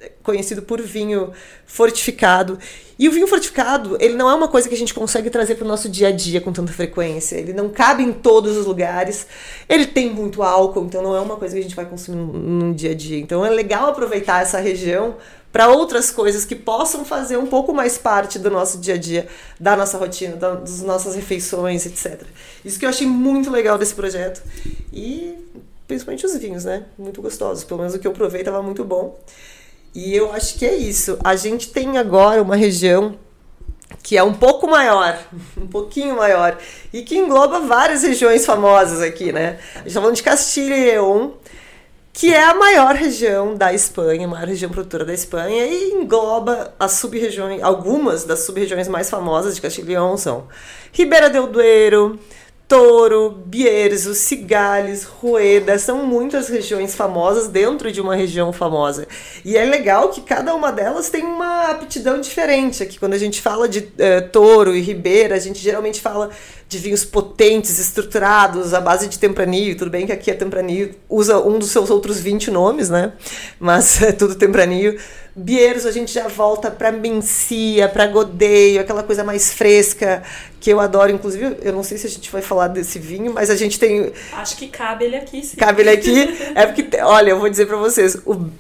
conhecido por vinho fortificado. E o vinho fortificado, ele não é uma coisa que a gente consegue trazer para o nosso dia a dia com tanta frequência. Ele não cabe em todos os lugares. Ele tem muito álcool, então não é uma coisa que a gente vai consumir no dia a dia. Então é legal aproveitar essa região para outras coisas que possam fazer um pouco mais parte do nosso dia a dia, da nossa rotina, das nossas refeições, etc. Isso que eu achei muito legal desse projeto. E principalmente os vinhos, né? Muito gostosos. Pelo menos o que eu provei estava muito bom. E eu acho que é isso. A gente tem agora uma região que é um pouco maior, um pouquinho maior, e que engloba várias regiões famosas aqui, né? A gente está falando de Castilha e León, que é a maior região da Espanha, a maior região produtora da Espanha, e engloba as sub-regiões, algumas das sub-regiões mais famosas de Castilha e León são Ribera del Duero, Toro, Bierzo, Cigales, Rueda, são muitas regiões famosas dentro de uma região famosa. E é legal que cada uma delas tem uma aptidão diferente. Aqui, quando a gente fala de Toro e Ribera, a gente geralmente fala de vinhos potentes, estruturados, à base de Tempranillo. Tudo bem que aqui a Tempranillo usa um dos seus outros 20 nomes, né? Mas é tudo Tempranillo. Bierzo, a gente já volta para Mencia, para Godello, aquela coisa mais fresca, que eu adoro. Inclusive, eu não sei se a gente vai falar desse vinho, mas a gente tem... Acho que cabe ele aqui, sim. Cabe ele aqui. É porque, olha, eu vou dizer para vocês,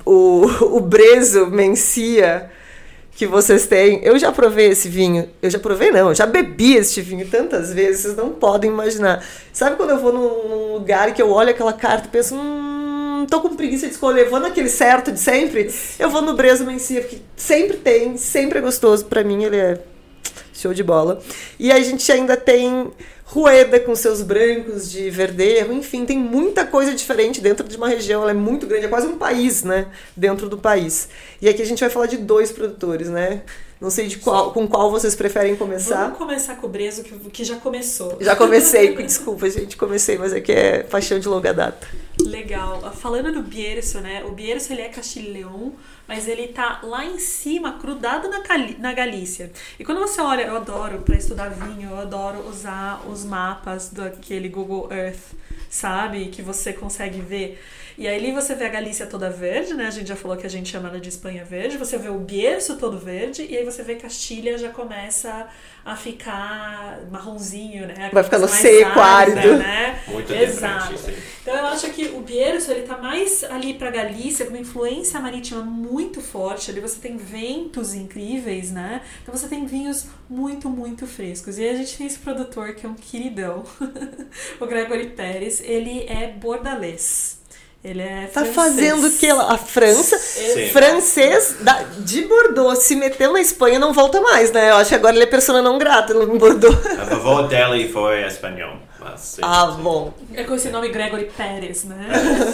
o Brezo Mencia que vocês têm, eu já provei esse vinho. Eu já provei, não, eu já bebi este vinho tantas vezes, vocês não podem imaginar. Sabe quando eu vou num lugar que eu olho aquela carta e penso... tô com preguiça de escolher, vou naquele certo de sempre, eu vou no Brezo Mencia, porque sempre tem, sempre é gostoso, pra mim ele é show de bola. E a gente ainda tem Rueda com seus brancos de Verdejo, enfim, tem muita coisa diferente dentro de uma região, ela é muito grande, é quase um país, né, dentro do país. E aqui a gente vai falar de 2 produtores, né? Não sei com qual vocês preferem começar. Vamos começar com o Brezo, que já começou. Já comecei, desculpa, gente, comecei, mas é que é paixão de longa data. Legal. Falando do Bierzo, né? O Bierzo, ele é Castilha e León, mas ele tá lá em cima, grudado na Galícia. E quando você olha, eu adoro, para estudar vinho, eu adoro usar os mapas daquele Google Earth, sabe? Que você consegue ver. E aí ali você vê a Galícia toda verde, né? A gente já falou que a gente chama ela de Espanha verde. Você vê o Bierzo todo verde, e aí você vê Castilha já começa a ficar marronzinho, né? Vai ficando seco, árido. Né? Muito exato. diferente. Então eu acho que o Bierzo, ele tá mais ali pra Galícia, com uma influência marítima muito forte. Ali você tem ventos incríveis, né? Então você tem vinhos muito, muito frescos. E aí a gente tem esse produtor que é um queridão, o Gregory Pérez. Ele é bordalês. Ele é tá francês. Fazendo o que? A França? Sim. Francês de Bordeaux. Se meteu na Espanha, não volta mais, né? Eu acho que agora ele é persona não grata em Bordeaux. A avó dele foi espanhol. Mas, sim, bom. É com esse nome Gregory Pérez, né?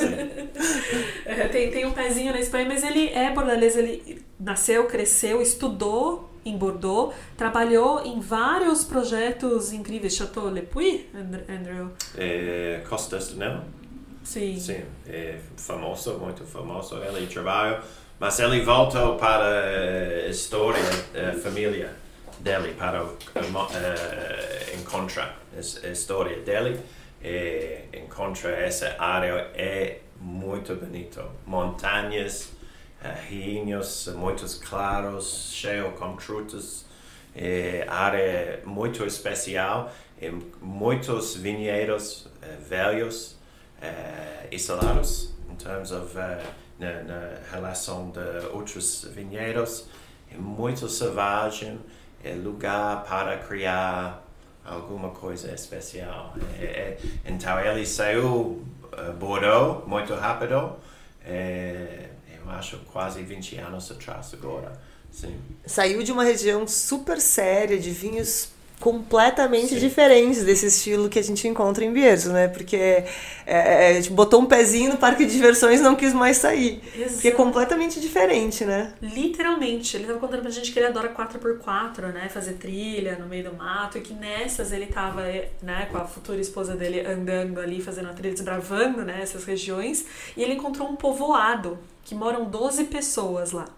Tem um pezinho na Espanha, mas ele é bordalês. Ele nasceu, cresceu, estudou em Bordeaux, trabalhou em vários projetos incríveis. Chateau Le Puy, Andrew? Costas do Nel. Sim. Sim, é famoso, muito famoso. Ele trabalha, mas ele voltou para a história da família dele, para encontrar a história dele. Encontrar essa área é muito bonito. Montanhas, rios, muitos claros, cheio com frutas. Área muito especial. Muitos vinhedos velhos. Isolados em termos na relação de outros vinhedos, é muito selvagem, é lugar para criar alguma coisa especial. Então ele saiu Bordeaux muito rápido, eu acho quase 20 anos atrás agora. Sim. Saiu de uma região super séria de vinhos completamente Sim. diferentes desse estilo que a gente encontra em Bierzo, né? Porque a gente botou um pezinho no parque de diversões e não quis mais sair. Exato. Porque é completamente diferente, né? Literalmente. Ele tava contando pra gente que ele adora 4x4, né? Fazer trilha no meio do mato. E que nessas ele tava, né, com a futura esposa dele andando ali, fazendo a trilha, desbravando, né, essas regiões. E ele encontrou um povoado que moram 12 pessoas lá.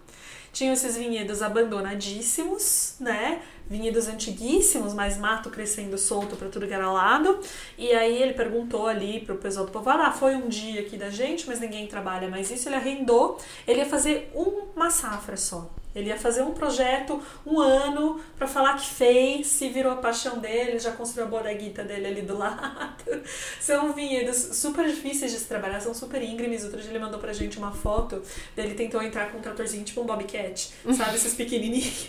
Tinham esses vinhedos abandonadíssimos, né? Vinhedos antiguíssimos, mas mato crescendo solto para tudo que era lado. E aí ele perguntou ali pro pessoal do povoado, foi um dia aqui da gente, mas ninguém trabalha mais isso. Ele arrendou, ele ia fazer uma safra só. Ele ia fazer um projeto, um ano, pra falar que fez, se virou a paixão dele, já construiu a bodeguita dele ali do lado. São vinhedos super difíceis de se trabalhar, são super íngremes. Outro dia ele mandou pra gente uma foto dele, tentou entrar com um tratorzinho tipo um Bobcat, sabe, esses pequenininhos.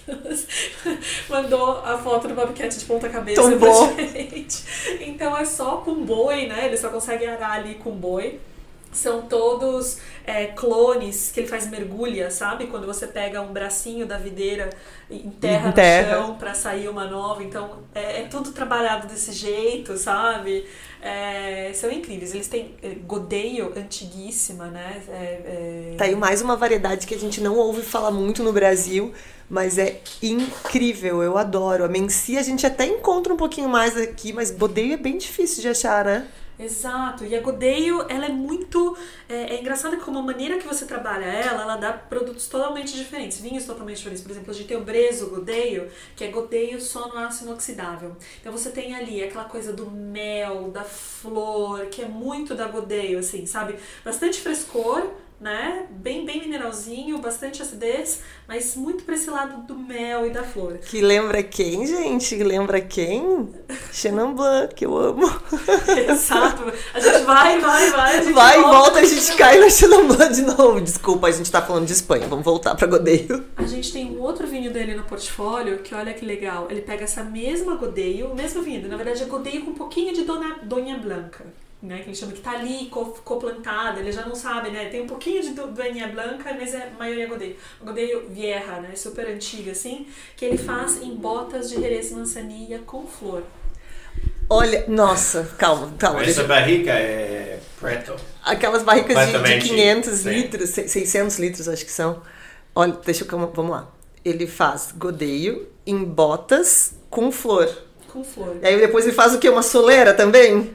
Mandou a foto do Bobcat de ponta cabeça pra gente. Então é só com boi, né, ele só consegue arar ali com boi. São todos clones que ele faz mergulha, sabe? Quando você pega um bracinho da videira e enterra no chão pra sair uma nova. Então, é tudo trabalhado desse jeito, sabe? São incríveis. Eles têm godeio antiguíssima, né? Tá aí mais uma variedade que a gente não ouve falar muito no Brasil, mas é incrível, eu adoro. A Mencia a gente até encontra um pouquinho mais aqui, mas godeio é bem difícil de achar, né? Exato, e a godeio, ela é muito... É engraçado que como a maneira que você trabalha ela dá produtos totalmente diferentes, vinhos totalmente diferentes. Por exemplo, a gente tem o Brezo godeio, que é godeio só no aço inoxidável. Então você tem ali aquela coisa do mel, da flor, que é muito da godeio, assim, sabe? Bastante frescor, né? Bem mineralzinho, bastante acidez, mas muito pra esse lado do mel e da flor. Que lembra quem, gente? Lembra quem? Chenin Blanc, que eu amo. Exato. A gente vai. A gente vai e volta, a gente cai na Chenin Blanc de novo. Desculpa, a gente tá falando de Espanha. Vamos voltar pra godeio. A gente tem um outro vinho dele no portfólio, que olha que legal. Ele pega essa mesma godeio, o mesmo vinho. Na verdade, é godeio com um pouquinho de Donha Blanca. Né, que ele chama que tá ali coplantada, ele já não sabe, né? Tem um pouquinho de Doña Blanca, mas a maioria é godeio. Godeio vieja, né? Super antiga, assim, que ele faz em botas de Jerez Manzanilla com flor. Olha, nossa, calma. Essa barrica é preto. Aquelas barricas de 500 litros, 600 litros, acho que são. Olha, vamos lá. Ele faz godeio em botas com flor. Com flor. E aí depois ele faz o quê? Uma soleira também?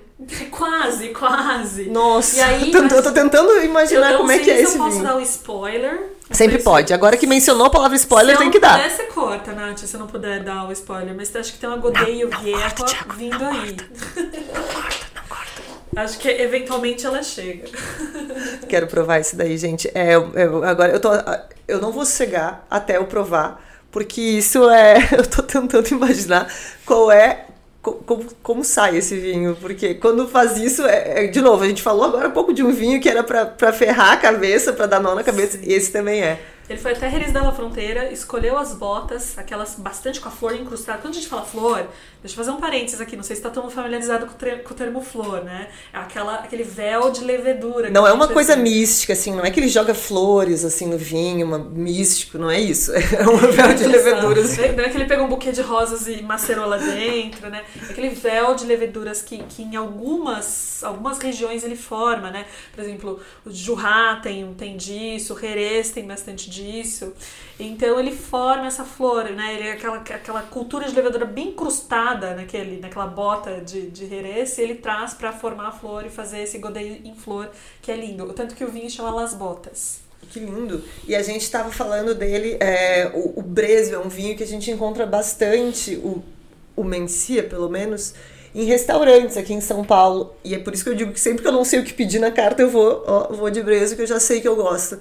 Quase. Nossa, e aí, eu tô tentando imaginar como é que é esse vinho. Eu posso dar um spoiler. Sempre pode. Agora que mencionou a palavra spoiler, tem que dar. Se não puder, você corta, Nath, se não puder dar o spoiler. Mas acho que tem uma godeio vieja vindo aí. Não corta. Acho que eventualmente ela chega. Quero provar isso daí, gente. Agora, eu não vou chegar até eu provar, porque isso eu tô tentando imaginar qual é... Como sai esse vinho, porque quando faz isso, de novo, a gente falou agora um pouco de um vinho que era pra ferrar a cabeça, pra dar nó na cabeça, e esse também é. Ele foi até Jerez de la Frontera, escolheu as botas, aquelas bastante com a flor incrustada. Quando a gente fala flor, deixa eu fazer um parênteses aqui, não sei se tá todo mundo familiarizado com o termo flor, né? É aquele véu de levedura. Não é uma coisa mística, assim, não é que ele joga flores, assim, no vinho, místico, não é isso. É um véu de leveduras. Não é que ele pegou um buquê de rosas e macerou lá dentro, né? É aquele véu de leveduras que em algumas regiões ele forma, né? Por exemplo, o Jurá tem disso, o Jerez tem bastante disso. Então ele forma essa flor, né? Ele é aquela cultura de levedura bem incrustada naquela bota de Jerez, e ele traz para formar a flor e fazer esse godeio em flor, que é lindo. Tanto que o vinho chama Las Botas. Que lindo. E a gente estava falando dele, o Brezo é um vinho que a gente encontra bastante, o Mencia, pelo menos, em restaurantes aqui em São Paulo. E é por isso que eu digo que sempre que eu não sei o que pedir na carta, eu vou de Brezo, que eu já sei que eu gosto.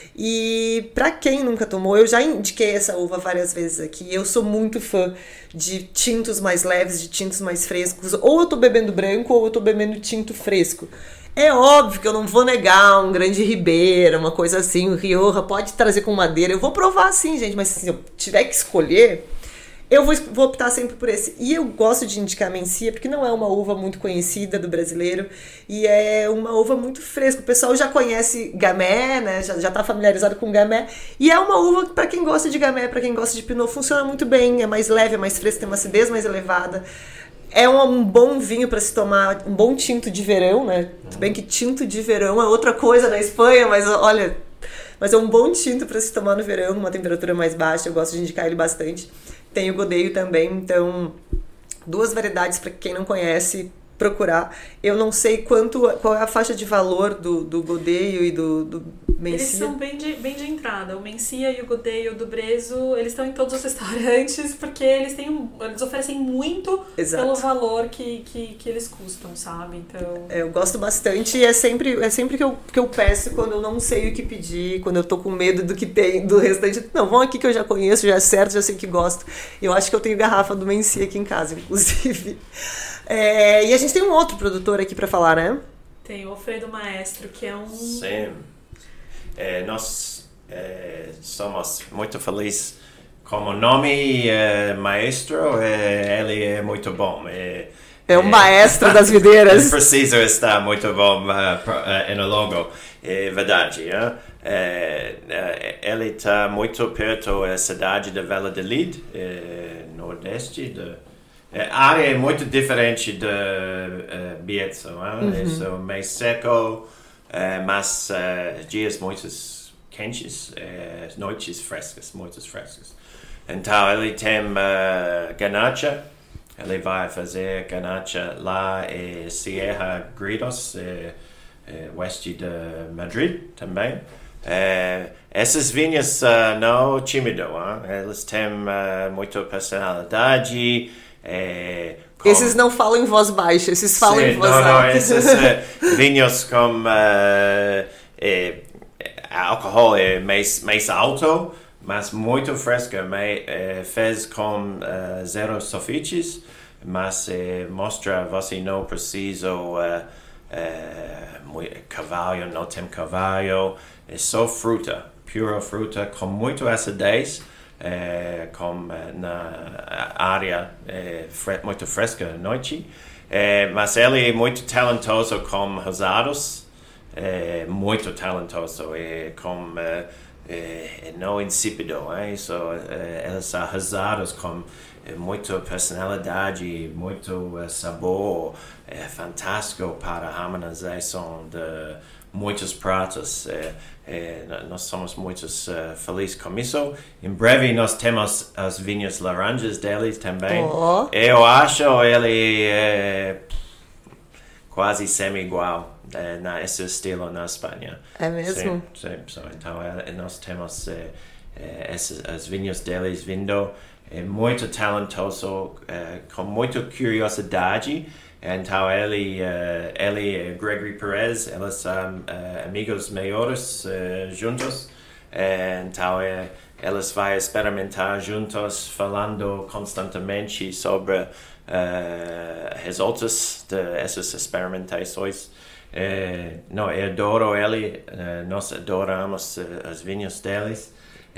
E pra quem nunca tomou, eu já indiquei essa uva várias vezes aqui. Eu sou muito fã de tintos mais leves, de tintos mais frescos. Ou eu tô bebendo branco, ou eu tô bebendo tinto fresco. É óbvio que eu não vou negar um grande Ribeira, uma coisa assim, o Rioja pode trazer com madeira. Eu vou provar sim, gente, mas se eu tiver que escolher, eu vou optar sempre por esse. E eu gosto de indicar a Mencia, porque não é uma uva muito conhecida do brasileiro, e é uma uva muito fresca. O pessoal já conhece Gamay, né? Já tá familiarizado com Gamay, e é uma uva que, para quem gosta de Gamay, para quem gosta de Pinot, funciona muito bem. É mais leve, é mais fresca, tem uma acidez mais elevada. É um bom vinho para se tomar, um bom tinto de verão, né? Tudo bem que tinto de verão é outra coisa na Espanha, mas olha... Mas é um bom tinto para se tomar no verão, numa temperatura mais baixa. Eu gosto de indicar ele bastante. Tem o godeio também, então 2 variedades para quem não conhece procurar. Eu não sei qual é a faixa de valor do godeio e Mencia. Eles são bem de entrada. O Mencia e o Godet e o do Brezo, eles estão em todos os restaurantes porque eles oferecem muito pelo valor que eles custam, sabe? Então... Eu gosto bastante e é sempre que eu peço quando eu não sei o que pedir, quando eu tô com medo do que tem, do restante. Não, vão aqui que eu já conheço, já é certo, já sei que gosto. Eu acho que eu tenho garrafa do Mencia aqui em casa, inclusive. E a gente tem um outro produtor aqui para falar, né? Tem o Alfredo Maestro, que é um... Sim. Nós somos muito felizes com o nome Maestro. Ele é muito bom. É um maestro das videiras. Precisa estar muito bom no logo. É verdade. Ele está muito perto da cidade de Valladolid, nordeste. A área é muito diferente de Bierzo. É mais seco, mas dias muito quentes, noites frescas, muitas frescas. Então ele tem ganache. Ele vai fazer ganache lá em Sierra Gredos, oeste de Madrid também. Essas vinhas não tímido, eles têm muita personalidade. Esses não falam em voz baixa, esses falam em voz alta. Não, esses vinhos com álcool é mais alto, mas muito fresca. Fez com zero sulfites, mas mostra que você não precisa carvalho, não tem carvalho. É só fruta, pura fruta, com muito acidez. Com na área muito fresca à noite, mas ele é muito talentoso com rosados, muito talentoso com não insípido, eles são rosados com muita personalidade, muito sabor, fantástico para a harmonização de muitos pratos. Nós somos muito felizes com isso. Em breve nós temos as vinhas laranjas deles também. Eu acho ele quase semi-igual nesse estilo na Espanha. É mesmo? Sim. Então nós temos as vinhas deles vindo. É muito talentoso, com muita curiosidade. Então ele e Gregory Perez, eles são amigos maiores juntos. Então eles vão experimentar juntos, falando constantemente sobre resultados dessas experimentações. Eu adoro ele, nós adoramos as vinhas deles.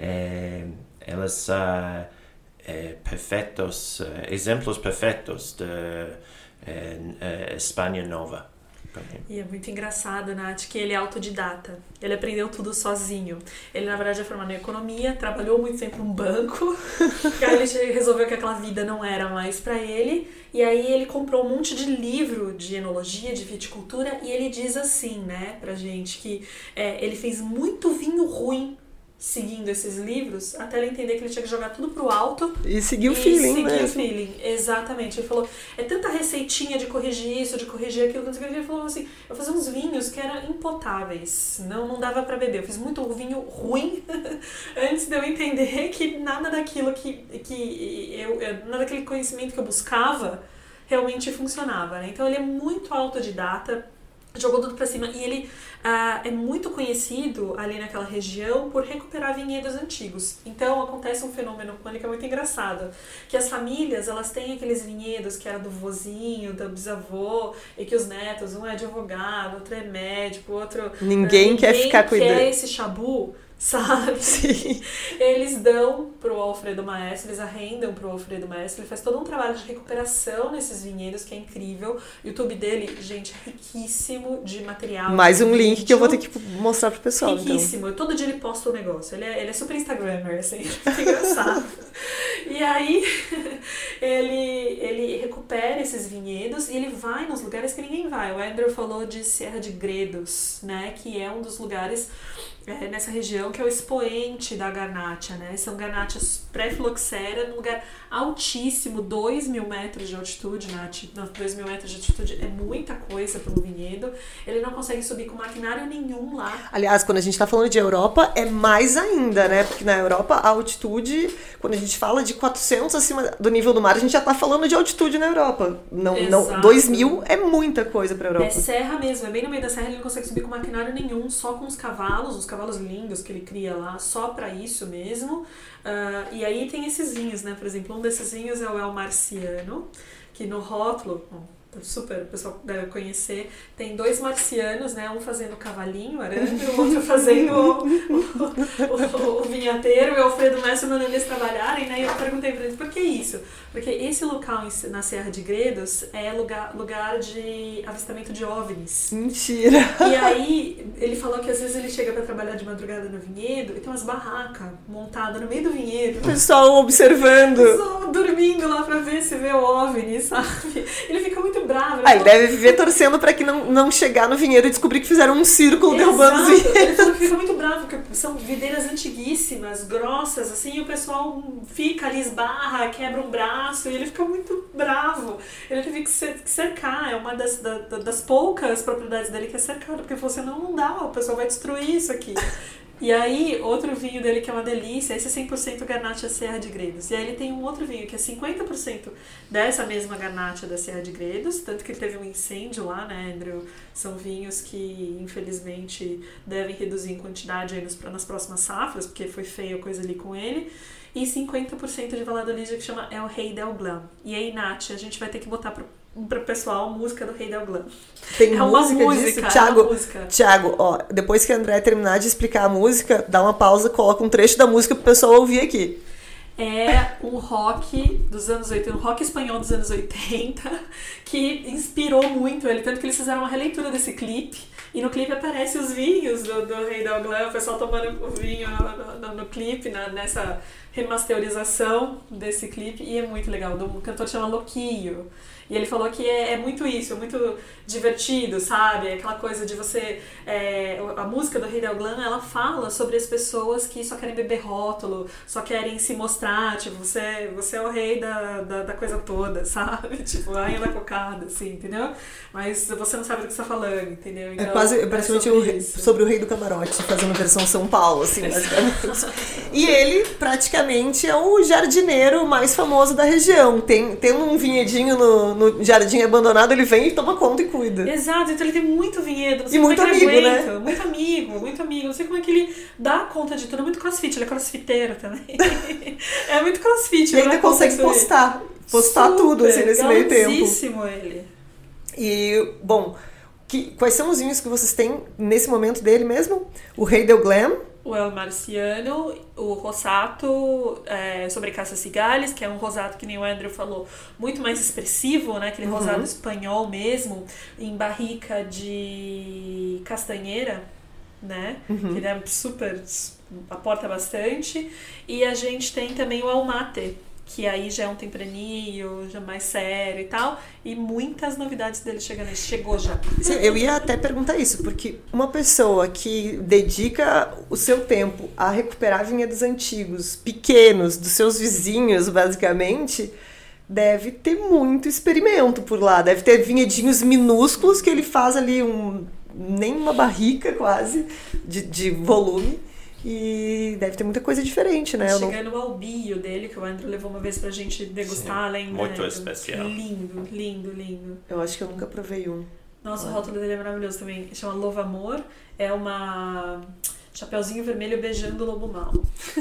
Eles são perfeitos, exemplos perfeitos de Espanha Nova. E é muito engraçado, Nath, que ele é autodidata. Ele aprendeu tudo sozinho. Ele, na verdade, é formado em economia, trabalhou muito tempo num banco. E aí ele resolveu que aquela vida não era mais pra ele. E aí ele comprou um monte de livro de enologia, de viticultura. E ele diz assim, né, pra gente, que ele fez muito vinho ruim seguindo esses livros, até ele entender que ele tinha que jogar tudo pro alto e seguir o feeling, né? O feeling, exatamente. Ele falou, é tanta receitinha de corrigir isso, de corrigir aquilo, ele falou assim, eu fazia uns vinhos que eram impotáveis, não dava pra beber, eu fiz muito vinho ruim antes de eu entender que nada daquilo nada daquele conhecimento que eu buscava realmente funcionava, né? Então ele é muito autodidata, jogou tudo pra cima e ele é muito conhecido ali naquela região por recuperar vinhedos antigos. Então acontece um fenômeno com ele que é muito engraçado, que as famílias, elas têm aqueles vinhedos que era do vozinho, do bisavô, e que os netos, um é advogado, outro é médico, outro... Ninguém quer ficar cuidando. Ninguém quer esse chabu, sabe? Sim. Eles dão pro Alfredo Maestro, eles arrendam pro Alfredo Maestro, ele faz todo um trabalho de recuperação nesses vinhedos, que é incrível. O YouTube dele, gente, é riquíssimo de material. Mais um link que eu vou ter que mostrar pro pessoal. Riquíssimo. Então. Todo dia ele posta um negócio. Ele é super Instagrammer, assim, muito engraçado. E aí, ele recupera esses vinhedos e ele vai nos lugares que ninguém vai. O Andrew falou de Serra de Gredos, né, que é um dos lugares nessa região que é o expoente da Garnacha, né? São Garnachas pré-filoxera, num lugar altíssimo, 2.000 metros de altitude, Nath. 2.000 metros de altitude é muita coisa para um vinhedo. Ele não consegue subir com maquinário nenhum lá. Aliás, quando a gente está falando de Europa, é mais ainda, né? Porque na Europa, a altitude, quando a gente fala de 400 acima do nível do mar, a gente já está falando de altitude na Europa. Não, 2.000 é muita coisa para a Europa. É serra mesmo, é bem no meio da serra, ele não consegue subir com maquinário nenhum, só com os cavalos lindos que ele cria lá, só para isso mesmo. E aí tem esses vinhos, né? Por exemplo, um desses vinhos é o El Marciano, que no rótulo, super, o pessoal deve conhecer, tem 2 marcianos, né? Um fazendo cavalinho, arando, o outro fazendo o vinhateiro, e o Alfredo Mestre mandando eles trabalharem, né? E eu perguntei pra eles, por que isso? Porque esse local na Serra de Gredos é lugar de avistamento de OVNIs. Mentira! E aí, ele falou que às vezes ele chega pra trabalhar de madrugada no vinhedo e tem umas barracas montadas no meio do vinhedo. O pessoal observando. O pessoal dormindo lá pra ver se vê o OVNI, sabe? Ele fica muito bravo. Ele deve viver torcendo pra que não chegar no vinhedo e descobrir que fizeram um círculo derrubando os vinhedos. Ele falou que fica muito bravo, porque são videiras antiguíssimas, grossas, assim, e o pessoal fica ali, esbarra, quebra um braço, e ele fica muito bravo. Ele teve que cercar, é uma das poucas propriedades dele que é cercada, porque você não dá, o pessoal vai destruir isso aqui. E aí, outro vinho dele que é uma delícia, esse é 100% Garnacha Serra de Gredos. E aí ele tem um outro vinho que é 50% dessa mesma Garnacha da Serra de Gredos, tanto que ele teve um incêndio lá, né, Andrew? São vinhos que, infelizmente, devem reduzir em quantidade aí nas próximas safras, porque foi feio coisa ali com ele. E 50% de Valladolid que chama El Rei del Glam. E aí, Nath, a gente vai ter que botar pro pessoal música do Rei del Glam. Tem música disso? Thiago, ó, depois que a André terminar de explicar a música, dá uma pausa, coloca um trecho da música pro pessoal ouvir aqui. É um rock dos anos 80, um rock espanhol dos anos 80, que inspirou muito ele, tanto que eles fizeram uma releitura desse clipe, e no clipe aparecem os vinhos do Rei del Glam, o pessoal tomando o vinho no clipe, nessa remasterização desse clipe, e é muito legal. O cantor chama Loquillo. E ele falou que é muito isso, é muito divertido, sabe? Aquela coisa de você... a música do Rei del Glam, ela fala sobre as pessoas que só querem beber rótulo, só querem se mostrar, tipo, você é o rei da coisa toda, sabe? Tipo, a rainha da cocada, assim, entendeu? Mas você não sabe do que você tá falando, entendeu? Então, praticamente sobre o rei do camarote, fazendo versão São Paulo, assim, basicamente. E ele, praticamente, é o jardineiro mais famoso da região. Tem um vinhedinho no jardim abandonado, ele vem e toma conta e cuida. Exato, então ele tem muito vinhedo. Não sei e muito como é que amigo, ele aguenta. né? Muito amigo. Não sei como é que ele dá conta de tudo. É muito crossfit, ele é crossfiteiro também. É muito crossfit. E ainda consegue postar super, tudo assim, nesse meio tempo. Ele. E, bom, quais são os vinhos que vocês têm nesse momento dele mesmo? O Rei del Glam, o El Marciano, o Rosato sobre Caça Cigales, que é um rosato que nem o Andrew falou, muito mais expressivo, né? Aquele rosado espanhol mesmo, em barrica de castanheira, né? Que ele é super, aporta bastante. E a gente tem também o Almate, que aí já é um tempranillo, já mais sério e tal, e muitas novidades dele chegou já. Sim, eu ia até perguntar isso, porque uma pessoa que dedica o seu tempo a recuperar vinhedos antigos, pequenos, dos seus vizinhos, basicamente, deve ter muito experimento por lá, deve ter vinhedinhos minúsculos que ele faz ali nem uma barrica quase de volume. E deve ter muita coisa diferente, né? Chegando ao bio dele, que o Andrew levou uma vez pra gente degustar, lembra? Muito especial. Lindo. Eu acho que eu nunca provei um. Nossa, o rótulo dele é maravilhoso também. Chama Louvo Amor. É uma... Chapeuzinho vermelho beijando o lobo mau.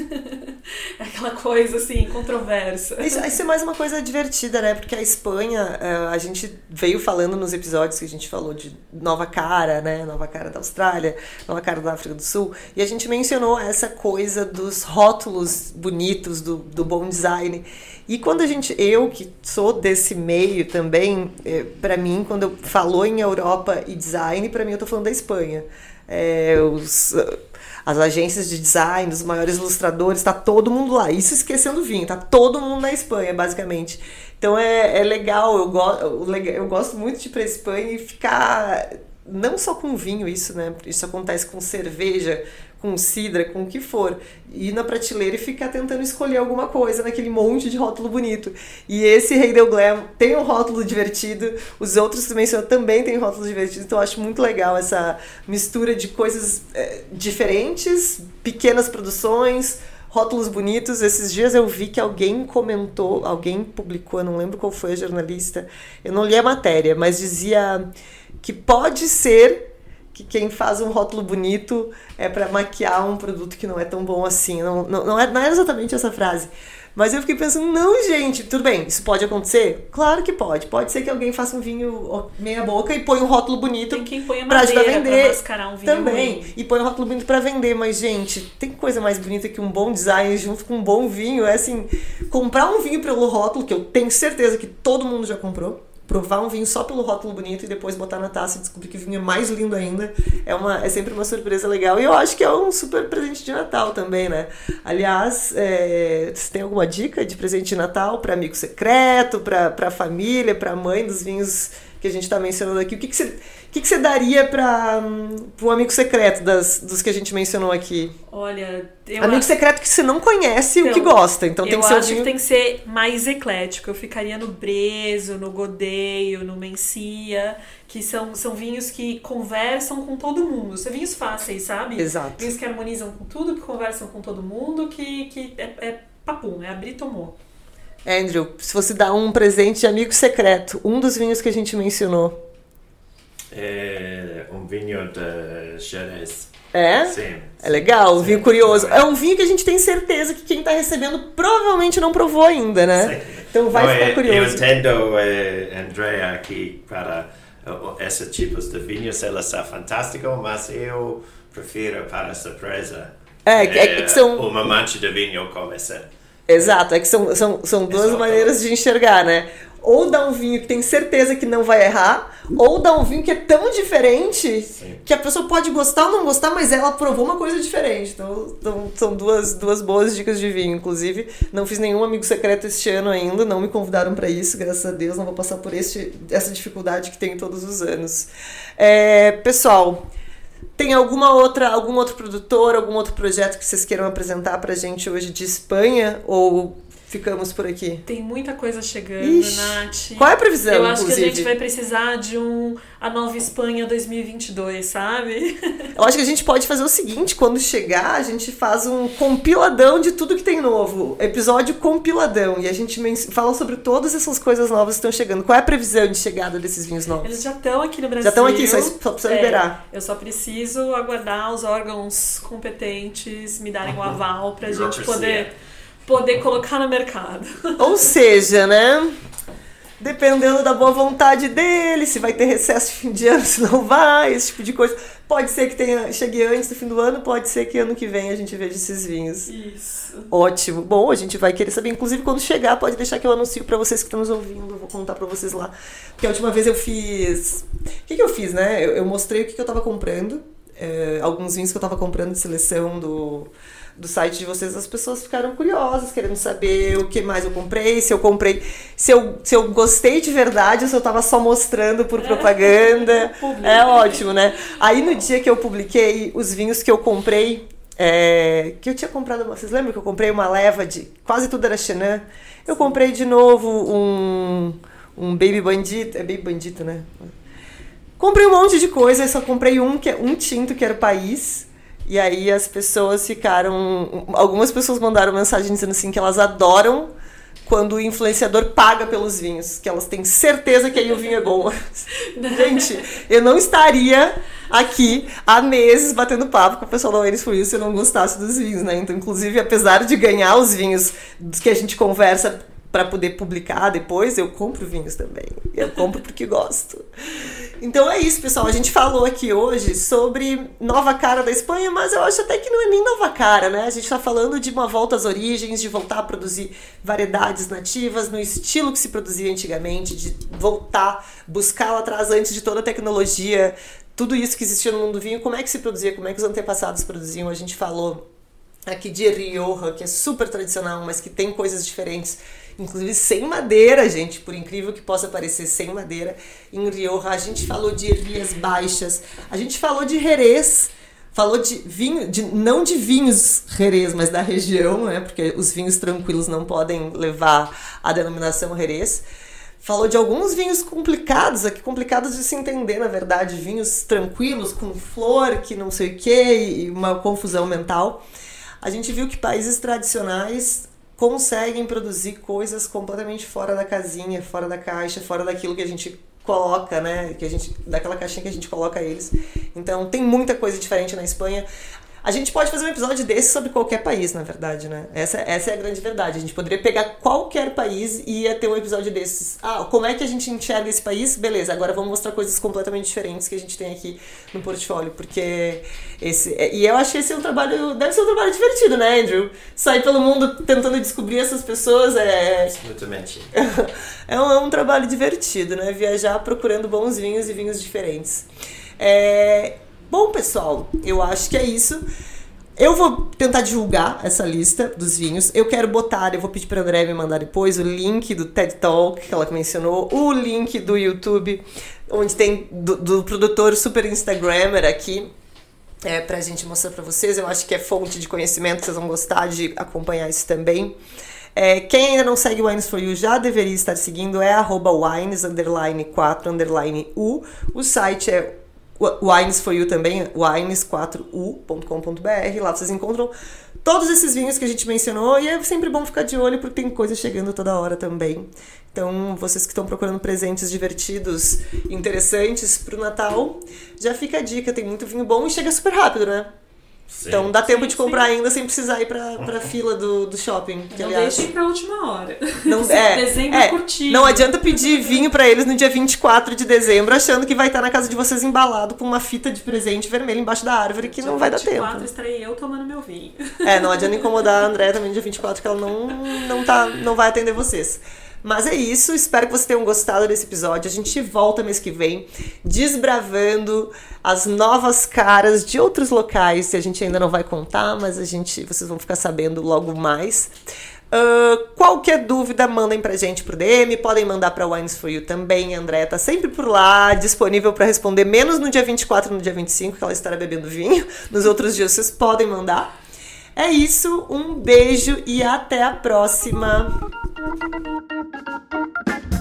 É aquela coisa, assim, controversa. Isso é mais uma coisa divertida, né? Porque a Espanha, a gente veio falando nos episódios que a gente falou de Nova Cara, né? Nova Cara da Austrália, Nova Cara da África do Sul. E a gente mencionou essa coisa dos rótulos bonitos, do bom design. E quando eu que sou desse meio também, pra mim, quando eu falou em Europa e design, pra mim eu tô falando da Espanha. as agências de design, os maiores ilustradores, tá todo mundo lá. Isso esquecendo o vinho, tá todo mundo na Espanha, basicamente. Então é legal, eu gosto muito de ir pra Espanha e ficar... Não só com vinho isso, né? Isso acontece com cerveja, com cidra, com o que for. Ir na prateleira e ficar tentando escolher alguma coisa naquele monte de rótulo bonito. E esse Rei Del Glam tem um rótulo divertido, os outros que tu mencionou também tem rótulo divertido, então eu acho muito legal essa mistura de coisas diferentes, pequenas produções, rótulos bonitos. Esses dias eu vi que alguém comentou, alguém publicou, eu não lembro qual foi a jornalista, eu não li a matéria, mas dizia que pode ser que quem faz um rótulo bonito é para maquiar um produto que não é tão bom assim. Não é exatamente essa frase. Mas eu fiquei pensando, não, gente, tudo bem, isso pode acontecer? Claro que pode. Pode ser que alguém faça um vinho meia boca e põe um rótulo bonito. Tem quem põe a madeira pra vender. Pra mascarar um vinho também. Ruim. E põe um rótulo bonito pra vender. Mas, gente, tem coisa mais bonita que um bom design junto com um bom vinho. É assim, comprar um vinho pelo rótulo, que eu tenho certeza que todo mundo já comprou. Provar um vinho só pelo rótulo bonito e depois botar na taça e descobrir que o vinho é mais lindo ainda. É sempre uma surpresa legal. E eu acho que é um super presente de Natal também, né? Aliás, você tem alguma dica de presente de Natal para amigo secreto, para família, para mãe dos vinhos que a gente está mencionando aqui? O que você daria para um amigo secreto dos que a gente mencionou aqui? Olha, amigo secreto que você não conhece o que gosta. Então tem que ser eu acho que tem que ser mais eclético. Eu ficaria no Brezo, no Godello, no Mencia, que são vinhos que conversam com todo mundo. São vinhos fáceis, sabe? Exato. Vinhos que harmonizam com tudo, que conversam com todo mundo, que é papum, é abrir e tomou. Andrew, se fosse dar um presente de amigo secreto, um dos vinhos que a gente mencionou. É um vinho de Jerez. É? Sim. É legal, um vinho curioso. Sim. É um vinho que a gente tem certeza que quem está recebendo provavelmente não provou ainda, né? Sim. Então vai ficar curioso. Eu entendo, Andrea, que para esses tipos de vinhos ela está fantástica, mas eu prefiro para a surpresa. Que são... Uma mancha de vinho como essa. Exato, é que são duas maneiras de enxergar, né? Ou dá um vinho que tem certeza que não vai errar, ou dá um vinho que é tão diferente que a pessoa pode gostar ou não gostar, mas ela provou uma coisa diferente. Então são duas boas dicas de vinho. Inclusive, não fiz nenhum amigo secreto este ano ainda, não me convidaram para isso, graças a Deus, não vou passar por essa dificuldade que tenho todos os anos. Pessoal, tem algum outro produtor, algum outro projeto que vocês queiram apresentar pra gente hoje de Espanha? Ou ficamos por aqui? Tem muita coisa chegando, Nath. Qual é a previsão, Eu acho inclusive? que a gente vai precisar de a Nova Espanha 2022, sabe? Eu acho que a gente pode fazer o seguinte, quando chegar, a gente faz um compiladão de tudo que tem novo. Episódio compiladão. E a gente fala sobre todas essas coisas novas que estão chegando. Qual é a previsão de chegada desses vinhos novos? Eles já estão aqui no Brasil. Já estão aqui, só precisa liberar. Eu só preciso aguardar os órgãos competentes me darem o aval pra gente poder colocar no mercado. Ou seja, né? Dependendo da boa vontade dele, se vai ter recesso de fim de ano, se não vai, esse tipo de coisa. Pode ser que chegue antes do fim do ano, pode ser que ano que vem a gente veja esses vinhos. Isso. Ótimo. Bom, a gente vai querer saber. Inclusive, quando chegar, pode deixar que eu anuncio pra vocês que estão nos ouvindo. Eu vou contar pra vocês lá. Porque a última vez eu fiz... O que eu fiz, né? Eu mostrei o que eu tava comprando. Alguns vinhos que eu tava comprando de seleção do site de vocês. As pessoas ficaram curiosas, querendo saber o que mais eu comprei, se eu gostei de verdade ou se eu tava só mostrando por propaganda. É ótimo, né? Aí no dia que eu publiquei os vinhos que eu comprei, que eu tinha comprado, vocês lembram que eu comprei uma leva de quase tudo era Chenin? Eu comprei de novo um Baby Bandito, é Baby Bandito, né? Comprei um monte de coisa, eu só comprei um tinto que era o País. E aí as pessoas ficaram... Algumas pessoas mandaram mensagem dizendo assim que elas adoram quando o influenciador paga pelos vinhos, que elas têm certeza que aí o vinho é bom. Gente, eu não estaria aqui há meses batendo papo com o pessoal da Wines for You se eu não gostasse dos vinhos, né? Então, inclusive, apesar de ganhar os vinhos dos que a gente conversa para poder publicar depois, eu compro vinhos também. Eu compro porque gosto. Então é isso, pessoal. A gente falou aqui hoje sobre nova cara da Espanha, mas eu acho até que não é nem nova cara, né? A gente tá falando de uma volta às origens, de voltar a produzir variedades nativas no estilo que se produzia antigamente, de voltar, buscar lá atrás antes de toda a tecnologia tudo isso que existia no mundo do vinho, como é que se produzia, como é que os antepassados produziam. A gente falou aqui de Rioja, que é super tradicional, mas que tem coisas diferentes, inclusive sem madeira, gente, por incrível que possa parecer, sem madeira. Em Rioja a gente falou de Rías Baixas, a gente falou de Jerez, falou de vinho, não de vinhos Jerez, mas da região, né? Porque os vinhos tranquilos não podem levar a denominação Jerez. Falou de alguns vinhos complicados de se entender, na verdade, vinhos tranquilos, com flor, que não sei o que, e uma confusão mental. A gente viu que países tradicionais conseguem produzir coisas completamente fora da casinha, fora da caixa, fora daquilo que a gente coloca, né? Daquela caixinha que a gente coloca eles. Então tem muita coisa diferente na Espanha. A gente pode fazer um episódio desse sobre qualquer país, na verdade, né? Essa é a grande verdade. A gente poderia pegar qualquer país e ia ter um episódio desses. Como é que a gente enxerga esse país? Beleza, agora vamos mostrar coisas completamente diferentes que a gente tem aqui no portfólio, porque e eu acho que esse é um trabalho, deve ser um trabalho divertido, né, Andrew? Sair pelo mundo tentando descobrir essas pessoas Absolutamente. É um trabalho divertido, né? Viajar procurando bons vinhos e vinhos diferentes. Bom, pessoal, eu acho que é isso. Eu vou tentar divulgar essa lista dos vinhos. Eu vou pedir para a André me mandar depois o link do TED Talk que ela mencionou, o link do YouTube, onde tem do produtor super Instagrammer aqui, pra gente mostrar para vocês. Eu acho que é fonte de conhecimento, vocês vão gostar de acompanhar isso também. Quem ainda não segue Wines for You já deveria estar seguindo, é @wines_4_u. O site é Wines for You também, wines4u.com.br. Lá vocês encontram todos esses vinhos que a gente mencionou, e é sempre bom ficar de olho porque tem coisa chegando toda hora também. Então, vocês que estão procurando presentes divertidos, interessantes pro Natal, já fica a dica, tem muito vinho bom e chega super rápido, né? Sim. Então dá tempo de comprar ainda sem precisar ir pra fila do shopping. Que, não deixem pra última hora. Dezembro curtinho. Não adianta pedir vinho pra eles no dia 24 de dezembro, achando que vai estar na casa de vocês embalado com uma fita de presente vermelha embaixo da árvore, que não vai dar tempo. Dia 24 estarei eu tomando meu vinho. Não adianta incomodar a André também no dia 24, que ela não vai atender vocês. Mas é isso, espero que vocês tenham gostado desse episódio. A gente volta mês que vem desbravando as novas caras de outros locais que a gente ainda não vai contar, mas vocês vão ficar sabendo logo mais. Qualquer dúvida, mandem pra gente pro DM, podem mandar pra Wines for You também. A Andréia tá sempre por lá, disponível pra responder, menos no dia 24 e no dia 25, que ela estará bebendo vinho. Nos outros dias vocês podem mandar. É isso, um beijo e até a próxima!